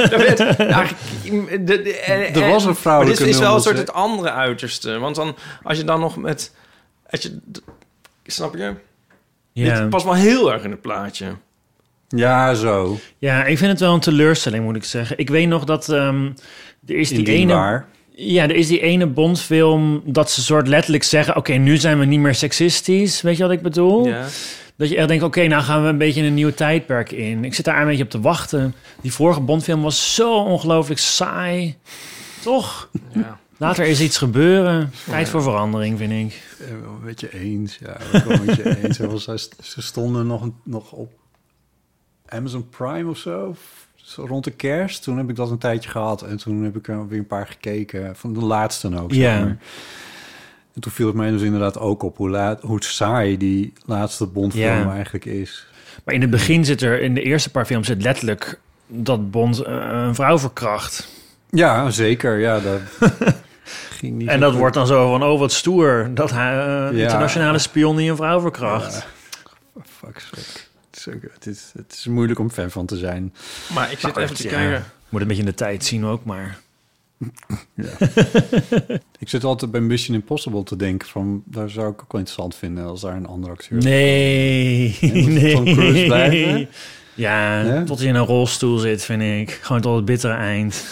Er was een vrouwelijke maar dit is wel een soort het andere uiterste. Want dan, als je dan nog met... snap je? Ja. Dit past wel heel erg in het plaatje. Ja, zo. Ja, ik vind het wel een teleurstelling, moet ik zeggen. Ik weet nog dat er is die ene... Waar. Ja, er is die ene Bondfilm dat ze soort letterlijk zeggen... Oké, nu zijn we niet meer seksistisch. Weet je wat ik bedoel? Ja. Dat je echt denkt, oké, nou gaan we een beetje een nieuw tijdperk in. Ik zit daar een beetje op te wachten. Die vorige Bondfilm was zo ongelooflijk saai. Toch? Ja. Laat er eens iets gebeuren. Tijd voor verandering, vind ik. Een beetje eens, ja. Ik ben een beetje eens. Ze stonden nog op Amazon Prime of zo rond de kerst. Toen heb ik dat een tijdje gehad. En toen heb ik er weer een paar gekeken. Van de laatste ook. Ja. En toen viel het mij dus inderdaad ook op hoe saai die laatste Bond-film eigenlijk is. Maar in het begin in de eerste paar films zit letterlijk dat Bond een vrouw verkracht. Ja, zeker. Ja, dat ging niet. En dat wordt dan zo van, wat stoer. Dat hij internationale spion die een vrouw verkracht. Ja. Fuck. Het is moeilijk om fan van te zijn. Maar ik zit even te kijken. Moet een beetje in de tijd zien ook, maar... Ja. Ik zit altijd bij Mission Impossible te denken van... daar zou ik ook wel interessant vinden als daar een andere acteur... Nee. Tom Cruise blijven? Ja, tot hij in een rolstoel zit, vind ik. Gewoon tot het bittere eind.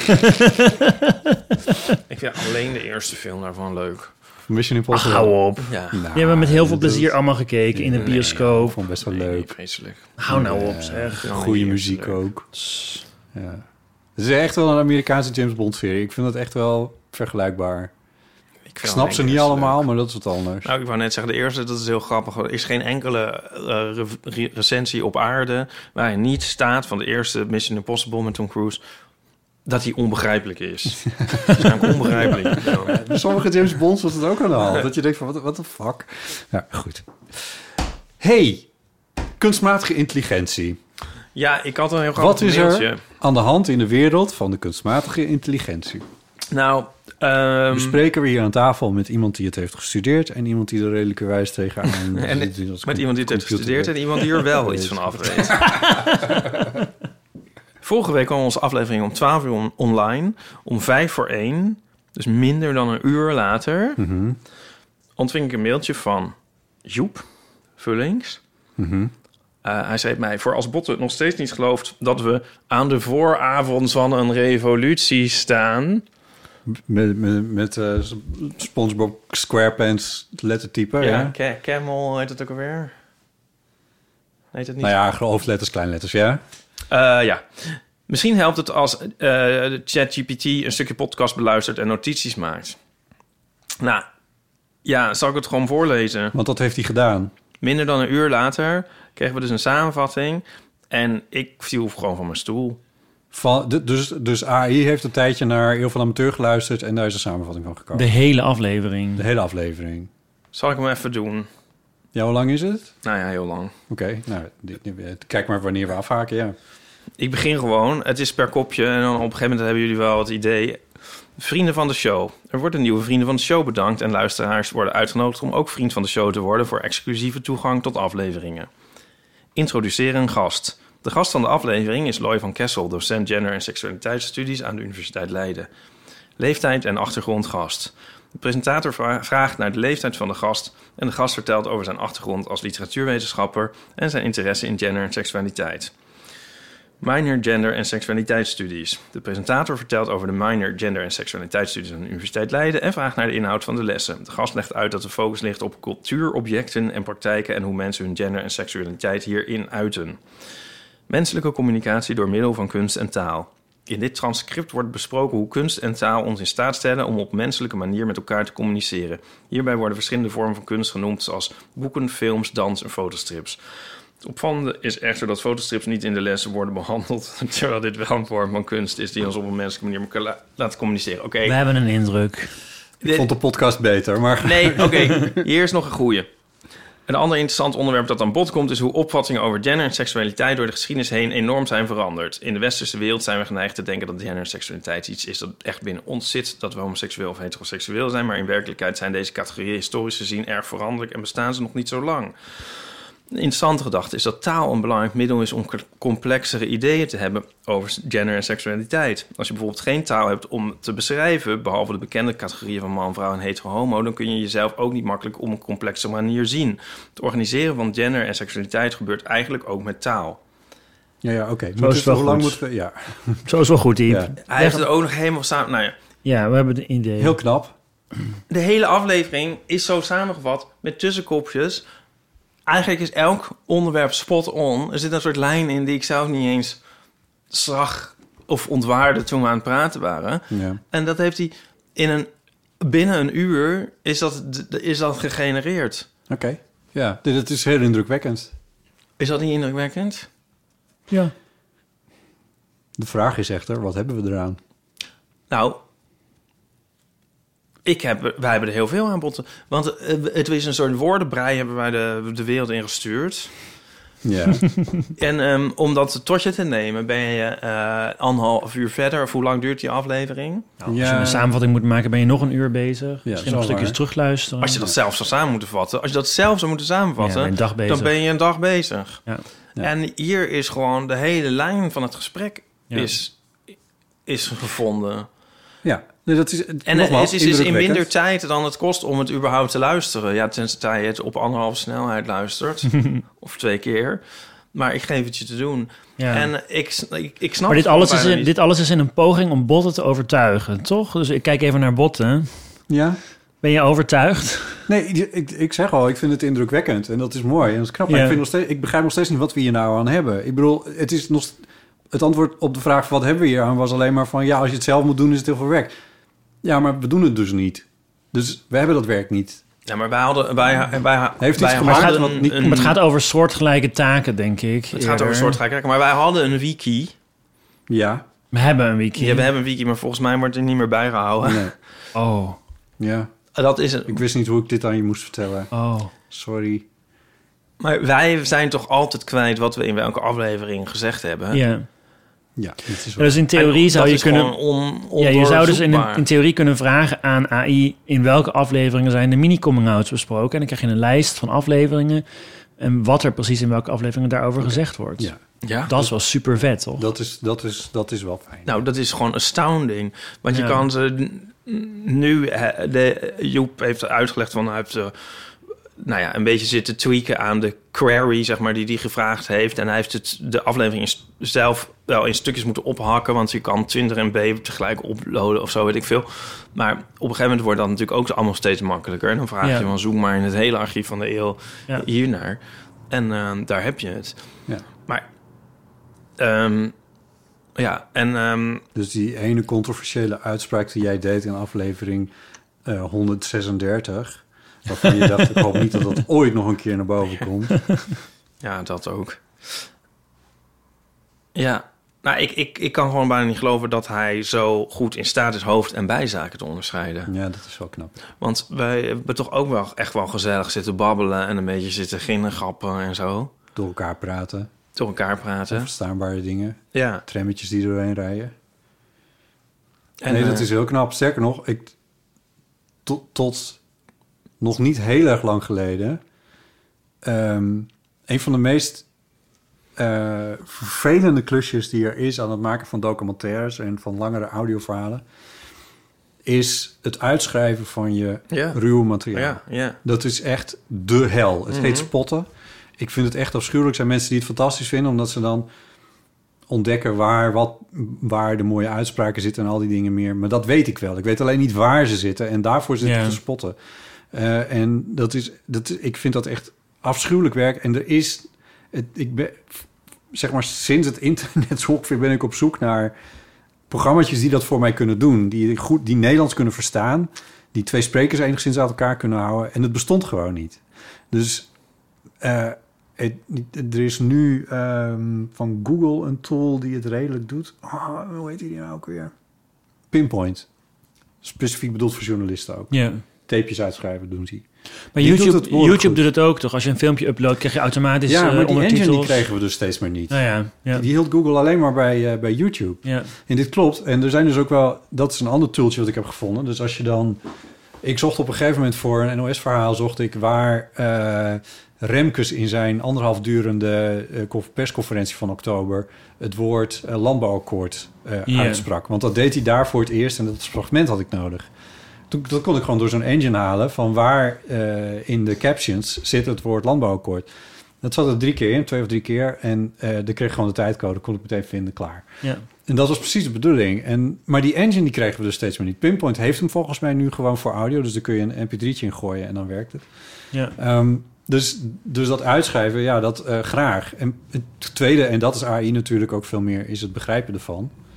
Ik vind alleen de eerste film daarvan leuk. Mission Impossible. Hou op. Ja. Die hebben we met heel veel plezier allemaal gekeken in de bioscoop. Ik vond best wel leuk. Vreselijk. Hou nou op, zeg. Goede muziek ook. Ja. Het is echt wel een Amerikaanse James Bond-serie. Ik vind het echt wel vergelijkbaar. Ik snap ze niet allemaal, maar dat is wat anders. Nou, ik wou net zeggen, de eerste, dat is heel grappig. Er is geen enkele recensie op aarde waarin niet staat van de eerste Mission Impossible met Tom Cruise dat hij onbegrijpelijk is. Dat is eigenlijk onbegrijpelijk. Ja, sommige James Bonds was het ook aan de hand. Dat je denkt van, wat de fuck? Ja, goed. Hey, kunstmatige intelligentie. Ja, ik had een heel grappig mailtje. Wat is er aan de hand in de wereld van de kunstmatige intelligentie? Nou, bespreken we hier aan tafel met iemand die het heeft gestudeerd en iemand die er redelijkerwijs tegenaan... en met iemand die het heeft gestudeerd en iemand die er wel iets van af weet. Vorige week kwam onze aflevering om 12 uur online. Om 1:05, dus minder dan een uur later, ontving ik een mailtje van Joep Vullings. Hij zei mij, voor als Botte nog steeds niet gelooft dat we aan de vooravond van een revolutie staan. Met SpongeBob SquarePants lettertype. Ja, Camel heet het ook alweer. Heet het niet? Nou ja, hoofdletters, kleinletters, ja. Ja. Misschien helpt het als ChatGPT een stukje podcast beluistert en notities maakt. Nou, ja, zal ik het gewoon voorlezen? Want dat heeft hij gedaan. Minder dan een uur later kregen we dus een samenvatting en ik viel gewoon van mijn stoel. Dus AI heeft een tijdje naar Eeuw van de Amateur geluisterd en daar is een samenvatting van gekomen. De hele aflevering. De hele aflevering. Zal ik hem even doen? Ja, hoe lang is het? Nou ja, heel lang. Oké, nou, kijk maar wanneer we afhaken, ja. Ik begin gewoon. Het is per kopje en dan op een gegeven moment hebben jullie wel het idee. Vrienden van de show. Er worden nieuwe vrienden van de show bedankt en luisteraars worden uitgenodigd om ook vriend van de show te worden voor exclusieve toegang tot afleveringen. Introduceren een gast. De gast van de aflevering is Loy van Kessel, docent gender- en seksualiteitsstudies aan de Universiteit Leiden. Leeftijd en achtergrond gast. De presentator vraagt naar de leeftijd van de gast en de gast vertelt over zijn achtergrond als literatuurwetenschapper en zijn interesse in gender en seksualiteit. Minor Gender- en Seksualiteitsstudies. De presentator vertelt over de Minor Gender- en Seksualiteitsstudies aan de Universiteit Leiden en vraagt naar de inhoud van de lessen. De gast legt uit dat de focus ligt op cultuurobjecten en praktijken en hoe mensen hun gender en seksualiteit hierin uiten. Menselijke communicatie door middel van kunst en taal. In dit transcript wordt besproken hoe kunst en taal ons in staat stellen om op menselijke manier met elkaar te communiceren. Hierbij worden verschillende vormen van kunst genoemd, zoals boeken, films, dans en fotostrips. Het opvallende is echter dat fotostrips niet in de lessen worden behandeld, terwijl dit wel een vorm van kunst is die ons op een menselijke manier met elkaar laat communiceren. We hebben een indruk. Ik vond de podcast beter, maar... Nee, oké. Hier is nog een goeie. Een ander interessant onderwerp dat aan bod komt is hoe opvattingen over gender en seksualiteit door de geschiedenis heen enorm zijn veranderd. In de westerse wereld zijn we geneigd te denken dat gender en seksualiteit iets is dat echt binnen ons zit, dat we homoseksueel of heteroseksueel zijn, maar in werkelijkheid zijn deze categorieën historisch gezien erg veranderlijk en bestaan ze nog niet zo lang. Een interessante gedachte is dat taal een belangrijk middel is om complexere ideeën te hebben over gender en seksualiteit. Als je bijvoorbeeld geen taal hebt om te beschrijven, behalve de bekende categorieën van man, vrouw en hetero-homo, dan kun je jezelf ook niet makkelijk op een complexe manier zien. Het organiseren van gender en seksualiteit gebeurt eigenlijk ook met taal. Ja, oké. Hoe lang moeten we... Ja. Zo is wel goed, Iep. Ja. Hij heeft het ook nog helemaal samen... Nou ja. Ja, we hebben het idee. Heel knap. De hele aflevering is zo samengevat met tussenkopjes. Eigenlijk is elk onderwerp spot on. Er zit een soort lijn in die ik zelf niet eens zag of ontwaarde toen we aan het praten waren. Ja. En dat heeft hij binnen een uur is dat gegenereerd. Oké. Ja, dit is heel indrukwekkend. Is dat niet indrukwekkend? Ja. De vraag is echter, wat hebben we eraan? Nou, wij hebben er heel veel aan botten. Want het is een soort woordenbrei hebben wij de wereld ingestuurd. Ja. En om dat tot je te nemen, ben je 1,5 uur verder. Of hoe lang duurt die aflevering? Nou, als je een samenvatting moet maken, ben je nog 1 uur bezig. Ja, misschien nog stukjes terugluisteren. Als je dat zelf zou samen moeten vatten. Als je dat zelf zou moeten samenvatten, dan ben je een dag bezig. Ja. Ja. En hier is gewoon de hele lijn van het gesprek is gevonden. Ja. Nee, dat is, en het is in minder tijd dan het kost om het überhaupt te luisteren. Ja, tenzij je het op 1,5 snelheid luistert. Of 2 keer. Maar ik geef het je te doen. Ja. En ik snap... Maar dit alles is in een poging om Botten te overtuigen, toch? Dus ik kijk even naar Botten. Ja. Ben je overtuigd? Nee, ik zeg al, ik vind het indrukwekkend. En dat is mooi en dat is knap. Maar ik begrijp nog steeds niet wat we hier nou aan hebben. Ik bedoel, het antwoord op de vraag wat hebben we hier aan was alleen maar van... ja, als je het zelf moet doen, is het heel veel werk. Ja, maar we doen het dus niet. Dus we hebben dat werk niet. Ja, maar wij heeft iets gemaakt wat niet... Maar het gaat over soortgelijke taken, denk ik. Het gaat over soortgelijke taken, maar wij hadden een wiki. Ja. We hebben een wiki. Ja, we hebben een wiki, maar volgens mij wordt er niet meer bijgehouden. Nee. Oh. Ja. Dat is het. Ik wist niet hoe ik dit aan je moest vertellen. Oh. Sorry. Maar wij zijn toch altijd kwijt wat we in welke aflevering gezegd hebben. Ja. Ja, het is dus in theorie zou je kunnen... je zou dus in theorie kunnen vragen aan AI... in welke afleveringen zijn de mini-coming-outs besproken. En dan krijg je een lijst van afleveringen... en wat er precies in welke afleveringen daarover gezegd wordt. Ja. Dat is wel super vet, toch? Dat is wel fijn. Nou, dat is gewoon astounding. Want je kan ze nu... Joep heeft uitgelegd van... Hij heeft een beetje zitten tweaken aan de query, zeg maar, die gevraagd heeft. En hij heeft de aflevering zelf wel in stukjes moeten ophakken, want je kan 20 MB tegelijk uploaden of zo, weet ik veel. Maar op een gegeven moment wordt dat natuurlijk ook allemaal steeds makkelijker. En dan vraag je van zoek maar in het hele archief van de eeuw hiernaar. En daar heb je het. Ja. Maar dus die ene controversiële uitspraak die jij deed in aflevering 136... waarvan je dacht, ik hoop niet dat dat ooit nog een keer naar boven komt. Ja, dat ook. Ja, nou, ik kan gewoon bijna niet geloven dat hij zo goed in staat is hoofd- en bijzaken te onderscheiden. Ja, dat is wel knap. Want wij hebben toch ook wel echt wel gezellig zitten babbelen en een beetje zitten ginnegappen en zo. Door elkaar praten. Verstaanbare dingen. Ja. Trammetjes die doorheen rijden. Nee, dat is heel knap. Sterker nog, tot nog niet heel erg lang geleden... een van de meest vervelende klusjes die er is aan het maken van documentaires en van langere audioverhalen, is het uitschrijven van je ruwe materiaal. Ja. Dat is echt de hel. Het heet spotten. Ik vind het echt afschuwelijk. Er zijn mensen die het fantastisch vinden, omdat ze dan ontdekken waar de mooie uitspraken zitten en al die dingen meer. Maar dat weet ik wel. Ik weet alleen niet waar ze zitten en daarvoor zit ik te spotten. En ik vind dat echt afschuwelijk werk. En er is... ik ben, zeg maar, sinds het internet zo ongeveer ben ik op zoek naar programma's die dat voor mij kunnen doen. Die Nederlands kunnen verstaan. Die 2 sprekers enigszins uit elkaar kunnen houden. En het bestond gewoon niet. Dus er is nu van Google een tool die het redelijk doet. Hoe heet die nou ook weer? Pinpoint. Specifiek bedoeld voor journalisten ook. Ja. Tapejes uitschrijven doen ze. Maar YouTube doet het ook, toch? Als je een filmpje uploadt, krijg je automatisch maar die ondertitels. engine die kregen we dus steeds meer niet. Ja. Die hield Google alleen maar bij YouTube. Ja. En dit klopt. En er zijn dus ook wel... Dat is een ander tooltje wat ik heb gevonden. Dus als je dan... Ik zocht op een gegeven moment voor een NOS-verhaal... zocht ik waar Remkes in zijn 1,5 durende persconferentie van oktober... het woord landbouwakkoord uitsprak. Want dat deed hij daar voor het eerst... en dat fragment had ik nodig. Dat kon ik gewoon door zo'n engine halen... van waar in de captions zit het woord landbouwakkoord. Dat zat er 3 keer in, 2 of 3 keer. En dan kreeg ik gewoon de tijdcode, kon ik meteen vinden, klaar. Ja. En dat was precies de bedoeling. Maar die engine die kregen we dus steeds meer niet. Pinpoint heeft hem volgens mij nu gewoon voor audio. Dus daar kun je een mp3'tje in gooien en dan werkt het. Ja. Dus dat uitschrijven, ja, dat graag. En het tweede, en dat is AI natuurlijk ook veel meer... is het begrijpen ervan.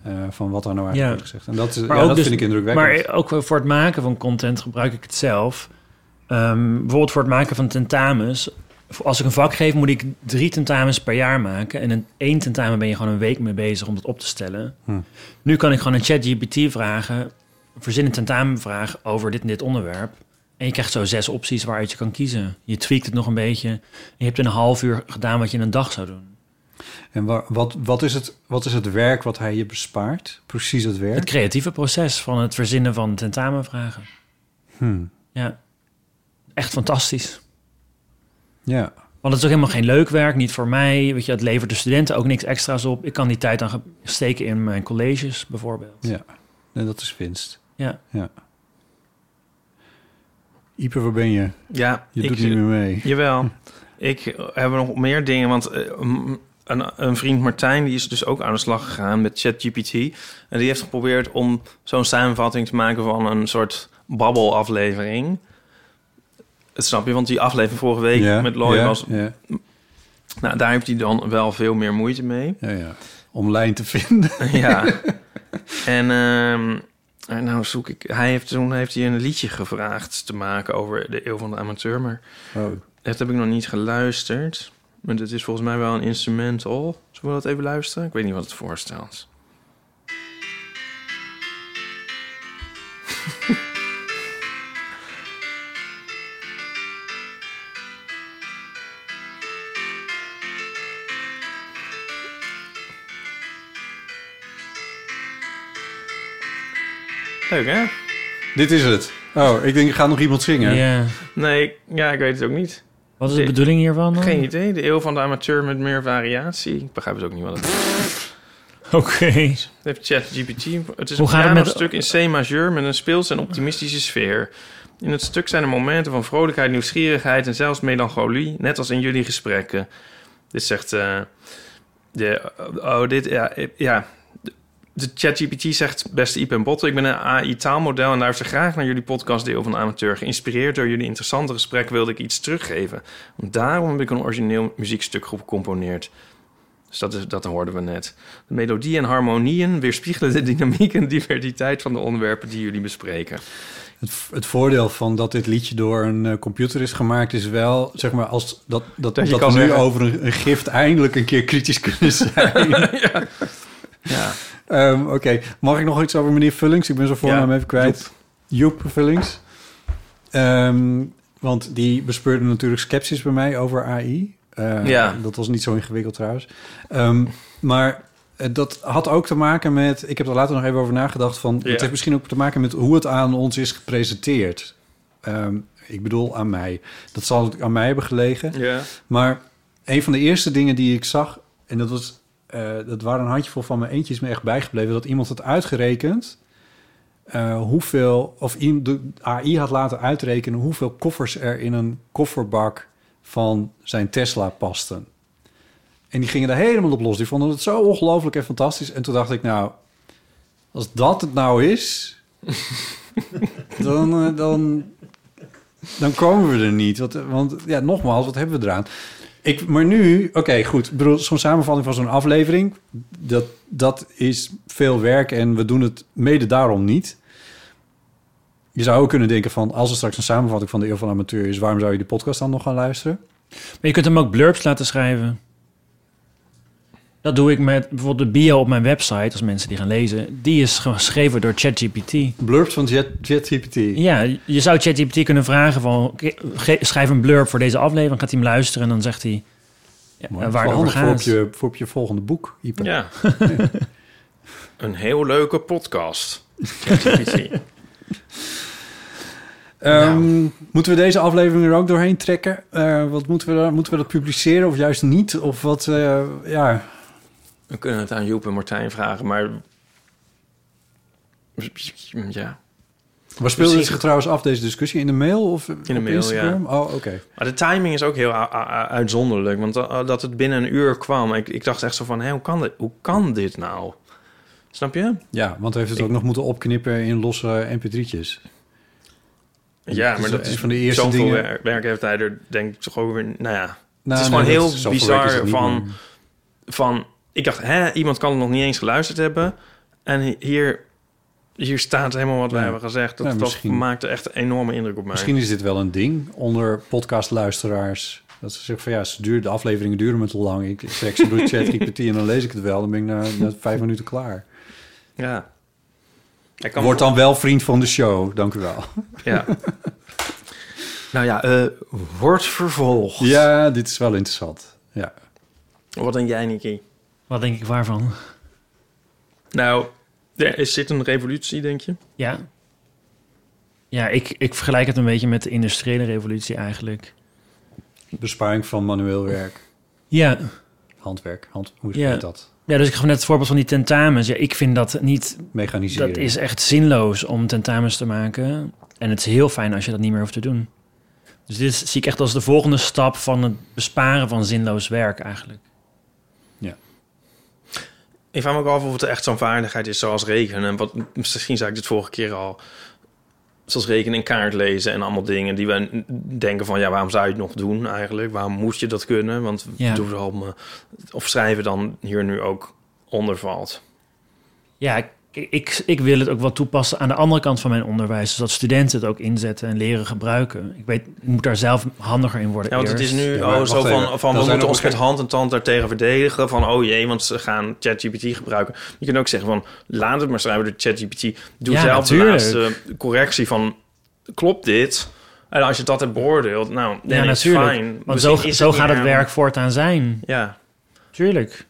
van wat er nou eigenlijk wordt gezegd. En dat dus, vind ik indrukwekkend. Maar ook voor het maken van content gebruik ik het zelf. Bijvoorbeeld voor het maken van tentamens. Als ik een vak geef, moet ik 3 tentamens per jaar maken. En in 1 tentamen ben je gewoon een week mee bezig om dat op te stellen. Nu kan ik gewoon een ChatGPT vragen, verzin een tentamenvraag over dit en dit onderwerp. En je krijgt zo 6 opties waaruit je kan kiezen. Je tweakt het nog een beetje. En je hebt in een half uur gedaan wat je in een dag zou doen. En wat is het werk wat hij je bespaart? Precies het werk? Het creatieve proces van het verzinnen van tentamenvragen. Ja, echt fantastisch. Ja. Want het is ook helemaal geen leuk werk, niet voor mij. Weet je, het levert de studenten ook niks extra's op. Ik kan die tijd dan steken in mijn colleges, bijvoorbeeld. Ja, en dat is winst. Ja. Ieper, waar ben je? Ja, je doet niet meer mee. Jawel. Ik heb nog meer dingen, want een vriend Martijn, die is dus ook aan de slag gegaan met ChatGPT. En die heeft geprobeerd om zo'n samenvatting te maken van een soort babbelaflevering. Het snap je, want die aflevering vorige week met Lloyd was... Ja. Nou, daar heeft hij dan wel veel meer moeite mee. Ja. Om lijn te vinden. Ja. En nou zoek ik... Toen heeft hij een liedje gevraagd te maken over de eeuw van de amateur. Maar dat heb ik nog niet geluisterd. Maar het is volgens mij wel een instrumental. Zullen we dat even luisteren? Ik weet niet wat het voorstelt. Leuk, hè? Dit is het. Oh, ik denk, ik ga nog iemand zingen. Yeah. Nee, ik weet het ook niet. Wat is de bedoeling hiervan dan? Geen idee. De eeuw van de amateur met meer variatie. Ik begrijp het ook niet wat het is. Oké. Het heeft ChatGPT. Het is een pianostuk in C majeur met een speelse en optimistische sfeer. In het stuk zijn er momenten van vrolijkheid, nieuwsgierigheid en zelfs melancholie, net als in jullie gesprekken. Dit zegt... De ChatGPT zegt, beste Iep en Botte, ik ben een AI-taalmodel en luister graag naar jullie podcast Deel van de Amateur. Geïnspireerd door jullie interessante gesprek wilde ik iets teruggeven. Daarom heb ik een origineel muziekstuk gecomponeerd. Dus dat hoorden we net. De melodie en harmonieën weerspiegelen de dynamiek en diversiteit van de onderwerpen die jullie bespreken. Het voordeel van dat dit liedje door een computer is gemaakt is wel, zeg maar, als dat we nu zeggen, over een gift eindelijk een keer kritisch kunnen zijn. Ja. Oké. Mag ik nog iets over meneer Vullings? Ik ben zo voornaam even kwijt. Joep Vullings. Want die bespeurde natuurlijk sceptisch bij mij over AI. Dat was niet zo ingewikkeld trouwens. Maar dat had ook te maken met... Ik heb er later nog even over nagedacht van... Het heeft misschien ook te maken met hoe het aan ons is gepresenteerd. Ik bedoel aan mij. Dat zal aan mij hebben gelegen. Yeah. Maar een van de eerste dingen die ik zag... En dat waren een handjevol van mijn eentje is me echt bijgebleven... dat iemand had uitgerekend... de AI had laten uitrekenen... hoeveel koffers er in een kofferbak van zijn Tesla pasten. En die gingen daar helemaal op los. Die vonden het zo ongelooflijk en fantastisch. En toen dacht ik, nou... als dat het nou is... dan komen we er niet. Want ja, nogmaals, wat hebben we eraan? Maar nu, oké, goed. Ik bedoel, zo'n samenvatting van zo'n aflevering... Dat is veel werk en we doen het mede daarom niet. Je zou ook kunnen denken van... als er straks een samenvatting van de eeuw van de amateur is... waarom zou je die podcast dan nog gaan luisteren? Maar je kunt hem ook blurbs laten schrijven. Dat doe ik met bijvoorbeeld de bio op mijn website... als mensen die gaan lezen. Die is geschreven door ChatGPT. Blurbs van ChatGPT? Ja, je zou ChatGPT kunnen vragen van... schrijf een blurb voor deze aflevering. Gaat hij hem luisteren en dan zegt hij... waar het over gaat. Voor op je volgende boek, Ieper. Ja. Een heel leuke podcast. ChatGPT. Moeten we deze aflevering er ook doorheen trekken? Wat moeten we dat publiceren of juist niet? Of wat, We kunnen het aan Joep en Martijn vragen, maar... Ja. Waar speelde zich trouwens af, deze discussie? In de mail of in de mail, Instagram? Ja. Oh, oké. Maar de timing is ook heel uitzonderlijk. Want dat het binnen een uur kwam... Ik dacht echt zo van, hoe kan dit nou? Snap je? Ja, want heeft het ook nog moeten opknippen in losse mp3'tjes. Ja, maar dat is van de eerste dingen... werk heeft hij er, denk ik, toch ook weer... Nou ja, het is gewoon heel bizar van... Ik dacht, iemand kan het nog niet eens geluisterd hebben... En hier staat helemaal wat wij hebben gezegd. Dat maakte echt een enorme indruk op mij. Misschien is dit wel een ding onder podcastluisteraars. Dat ze zeggen van de afleveringen duren me te lang. Ik trek ze door ChatGPT en dan lees ik het wel. Dan ben ik na 5 minuten klaar. Ja. Word dan wel vriend van de show. Dank u wel. Ja. Nou ja, wordt vervolgd. Ja, dit is wel interessant. Ja. Wat denk jij, Nicky? Wat denk ik waarvan? Nou, is dit een revolutie, denk je? Ja. Ja, ik vergelijk het een beetje met de industriële revolutie eigenlijk. Besparing van manueel werk. Ja. Handwerk. Hoe is dat? Ja, dus ik gaf net het voorbeeld van die tentamens. Ja, ik vind dat niet... Mechaniseren. Dat is echt zinloos om tentamens te maken. En het is heel fijn als je dat niet meer hoeft te doen. Dus dit zie ik echt als de volgende stap van het besparen van zinloos werk eigenlijk. Ja. Ik vraag me ook af of het echt zo'n vaardigheid is zoals rekenen. Misschien zei ik dit vorige keer al. Zoals rekenen en kaart lezen en allemaal dingen die we denken van... waarom zou je het nog doen eigenlijk? Waarom moet je dat kunnen? Want of schrijven dan hier nu ook onder valt. Ja, ik wil het ook wel toepassen aan de andere kant van mijn onderwijs. Zodat studenten het ook inzetten en leren gebruiken. Ik moet daar zelf handiger in worden. Ja, want het is nu zo van we moeten ons met hand en tand daartegen verdedigen. Van want ze gaan ChatGPT gebruiken. Je kunt ook zeggen van laat het maar schrijven door ChatGPT. Doe zelf de laatste correctie van klopt dit? En als je dat hebt beoordeeld, dan is het fijn. Want zo gaat het werk voortaan zijn. Ja. Tuurlijk.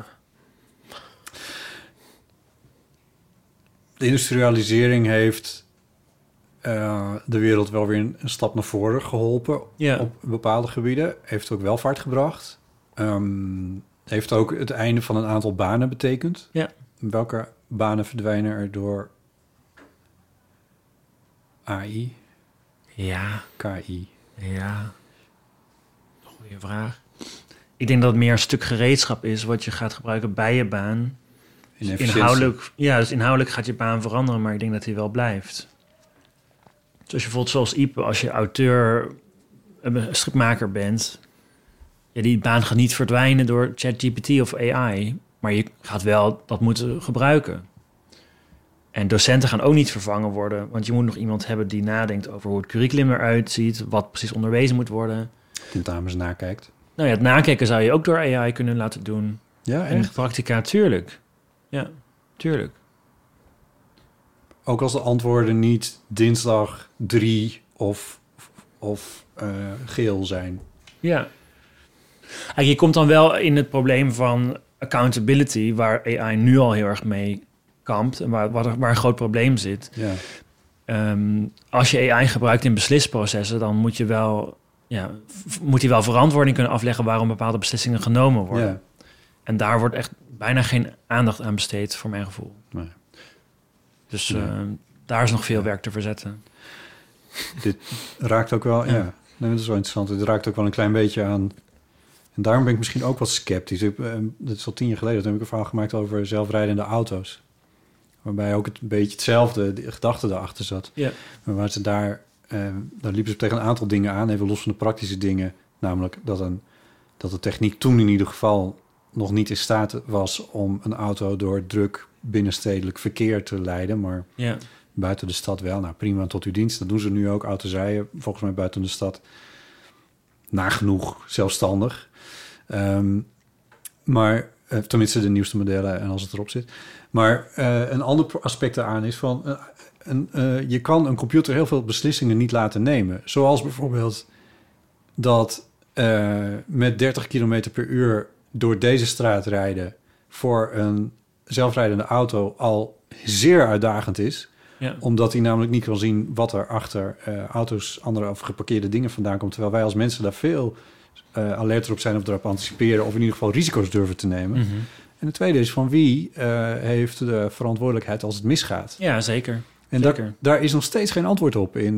De industrialisering heeft de wereld wel weer een stap naar voren geholpen op bepaalde gebieden. Heeft ook welvaart gebracht. Heeft ook het einde van een aantal banen betekend. Ja. Welke banen verdwijnen er door AI? Ja. KI? Ja. Goeie vraag. Ik denk dat het meer een stuk gereedschap is wat je gaat gebruiken bij je baan. Inhoudelijk gaat je baan veranderen, maar ik denk dat hij wel blijft. Dus bijvoorbeeld zoals Ipe, als je auteur, stripmaker bent... die baan gaat niet verdwijnen door ChatGPT of AI... maar je gaat wel dat moeten gebruiken. En docenten gaan ook niet vervangen worden... want je moet nog iemand hebben die nadenkt over hoe het curriculum eruit ziet... wat precies onderwezen moet worden. Tentamens nakijkt. Nou ja, het nakijken zou je ook door AI kunnen laten doen. Ja, en praktica, tuurlijk. Ja, tuurlijk. Ook als de antwoorden niet dinsdag 3 of geel zijn. Ja. Je komt dan wel in het probleem van accountability... waar AI nu al heel erg mee kampt... en waar een groot probleem zit. Ja. Als je AI gebruikt in beslisprocessen... dan moet je wel, moet hij wel verantwoording kunnen afleggen... waarom bepaalde beslissingen genomen worden. Ja. En daar wordt echt bijna geen aandacht aan besteed, voor mijn gevoel. Nee. Dus daar is nog veel werk te verzetten. Dit raakt ook wel, dat is wel interessant. Dit raakt ook wel een klein beetje aan... En daarom ben ik misschien ook wat sceptisch. Dat is al 10 jaar geleden, toen heb ik een verhaal gemaakt over zelfrijdende auto's. Waarbij ook een beetje hetzelfde, de gedachte daarachter zat. Ja. Maar waar ze daar liepen ze tegen een aantal dingen aan, even los van de praktische dingen. Namelijk dat de techniek toen in ieder geval nog niet in staat was om een auto door druk binnenstedelijk verkeer te leiden, maar buiten de stad wel. Nou, prima, tot uw dienst. Dat doen ze nu ook. Auto's rijden volgens mij buiten de stad nagenoeg zelfstandig. Maar tenminste de nieuwste modellen en als het erop zit. Maar een ander aspect daaraan is van... je kan een computer heel veel beslissingen niet laten nemen. Zoals bijvoorbeeld dat met 30 kilometer per uur door deze straat rijden... voor een zelfrijdende auto al zeer uitdagend is. Ja. Omdat hij namelijk niet kan zien wat er achter auto's, andere of geparkeerde dingen vandaan komt. Terwijl wij als mensen daar veel alerter op zijn of erop anticiperen... of in ieder geval risico's durven te nemen. Mm-hmm. En de tweede is van wie heeft de verantwoordelijkheid als het misgaat? Ja, zeker. En daar is nog steeds geen antwoord op in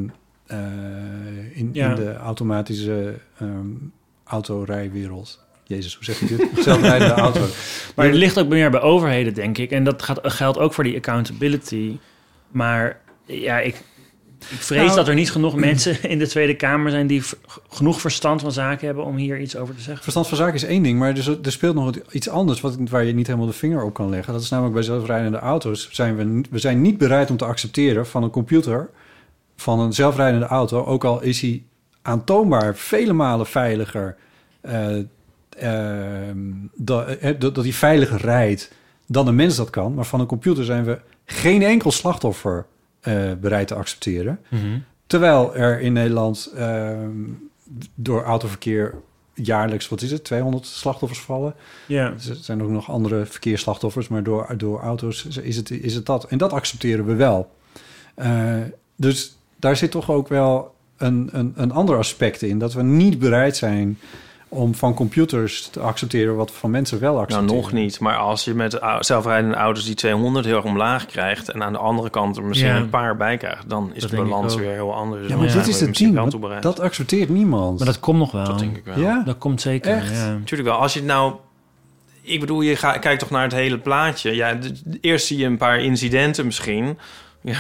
de automatische autorijwereld. Jezus, hoe zeg je dit? Zelfrijdende auto. Maar het ligt ook meer bij overheden, denk ik. En dat geldt ook voor die accountability. Maar ja, Ik vrees dat er niet genoeg mensen in de Tweede Kamer zijn die genoeg verstand van zaken hebben om hier iets over te zeggen. Verstand van zaken is één ding, maar er speelt nog iets anders waar je niet helemaal de vinger op kan leggen. Dat is namelijk bij zelfrijdende auto's. We zijn niet bereid om te accepteren van een computer, van een zelfrijdende auto, ook al is hij aantoonbaar vele malen veiliger, dat hij veiliger rijdt dan een mens dat kan. Maar van een computer zijn we geen enkel slachtoffer bereid te accepteren. Mm-hmm. Terwijl er in Nederland door autoverkeer jaarlijks, 200 slachtoffers vallen. Ja. Er zijn ook nog andere verkeersslachtoffers, maar door auto's is het dat. En dat accepteren we wel. Dus daar zit toch ook wel een ander aspect in. Dat we niet bereid zijn om van computers te accepteren wat van mensen wel accepteren. Nou, nog niet. Maar als je met zelfrijdende auto's die 200 heel erg omlaag krijgt en aan de andere kant er misschien een paar bij krijgt, dan is de balans weer heel anders. Ja, maar dit is het ding. Dat accepteert niemand. Maar dat komt nog wel. Dat denk ik wel. Ja? Dat komt zeker. Echt? Ja. Natuurlijk wel. Als je nou... Ik bedoel, kijkt toch naar het hele plaatje. Ja, eerst zie je een paar incidenten misschien. Ja,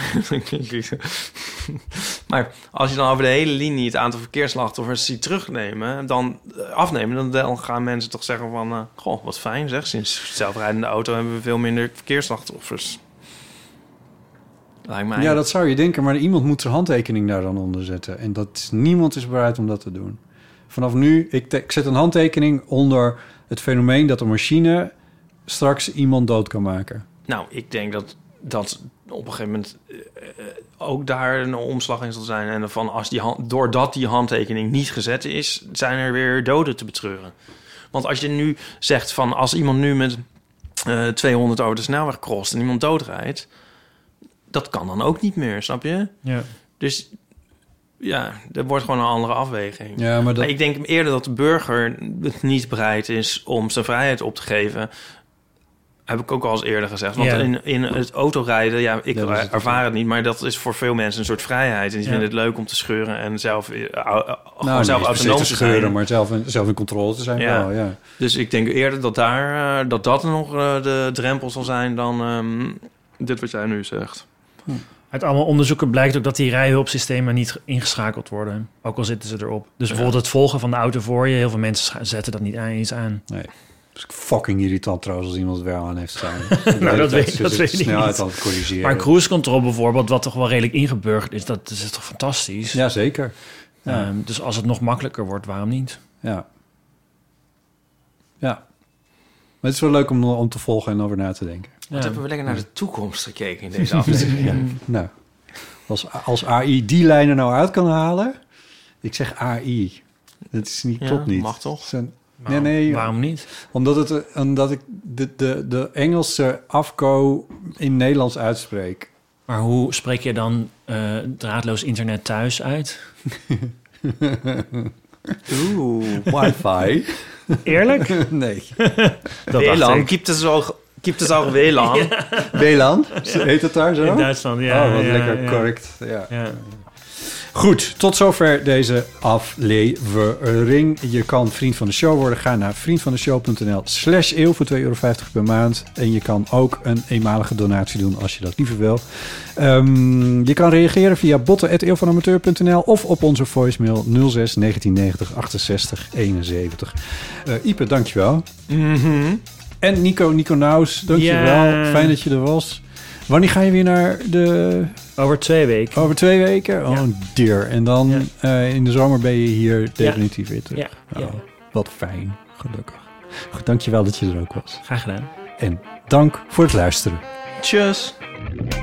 maar als je dan over de hele linie het aantal verkeersslachtoffers ziet afnemen, dan gaan mensen toch zeggen van... goh, wat fijn zeg, sinds zelfrijdende auto hebben we veel minder verkeersslachtoffers. Lijkt mij. Ja, dat zou je denken, maar iemand moet zijn handtekening daar dan onder zetten. En niemand is bereid om dat te doen. Vanaf nu, ik zet een handtekening onder het fenomeen dat een machine straks iemand dood kan maken. Nou, ik denk dat op een gegeven moment ook daar een omslag in zal zijn. En van doordat die handtekening niet gezet is, zijn er weer doden te betreuren. Want als je nu zegt van als iemand nu met 200 over de snelweg crost en iemand doodrijdt, dat kan dan ook niet meer, snap je? Ja. Dus ja, er wordt gewoon een andere afweging. Ja, maar ik denk eerder dat de burger niet bereid is om zijn vrijheid op te geven. Heb ik ook al eens eerder gezegd. Want in het autorijden, ik ervaar het niet, maar dat is voor veel mensen een soort vrijheid. En die vinden het leuk om te scheuren en zelf autonoom te scheuren, maar zelf in controle te zijn. Ja. Wel, ja. Dus ik denk eerder dat dat nog de drempel zal zijn dan dit wat jij nu zegt. Uit allemaal onderzoeken blijkt ook dat die rijhulpsystemen niet ingeschakeld worden. Ook al zitten ze erop. Dus bijvoorbeeld het volgen van de auto voor je. Heel veel mensen zetten dat niet eens aan. Nee. Dat is fucking irritant trouwens als iemand het wel aan heeft staan. Nou, dat weet ik niet. Snelheid aan het corrigeren. Maar cruise control bijvoorbeeld, wat toch wel redelijk ingeburgerd is, dat is toch fantastisch? Ja, zeker. Ja. Dus als het nog makkelijker wordt, waarom niet? Ja. Ja. Maar het is wel leuk om te volgen en over na te denken. Wat hebben we lekker naar de toekomst gekeken in deze aflevering. Ja. Nou, als AI die lijnen nou uit kan halen. Ik zeg AI. Dat is niet, klopt niet. Mag toch? Nee. Waarom niet? Omdat ik de Engelse afko in Nederlands uitspreek. Maar hoe spreek je dan draadloos internet thuis uit? Wifi. Eerlijk? Nee. WLAN. Gibt es auch WLAN? Ja. WLAN? Heet het daar zo? In Duitsland, ja. Oh, wat lekker correct. Ja. Goed, tot zover deze aflevering. Je kan vriend van de show worden. Ga naar vriendvandeshow.nl/eeuw voor €2,50 per maand. En je kan ook een eenmalige donatie doen als je dat liever wil. Je kan reageren via botten@eeuwvanamateur.nl of op onze voicemail 06 1990 68 71. Ipe, dankjewel. Mm-hmm. En Nico Naus, dankjewel. Ja. Fijn dat je er was. Wanneer ga je weer naar de... Over 2 weken. Over 2 weken? Oh, dear. En dan in de zomer ben je hier definitief weer terug. Ja. Wat fijn. Gelukkig. Goed, dankjewel dat je er ook was. Graag gedaan. En dank voor het luisteren. Tjus.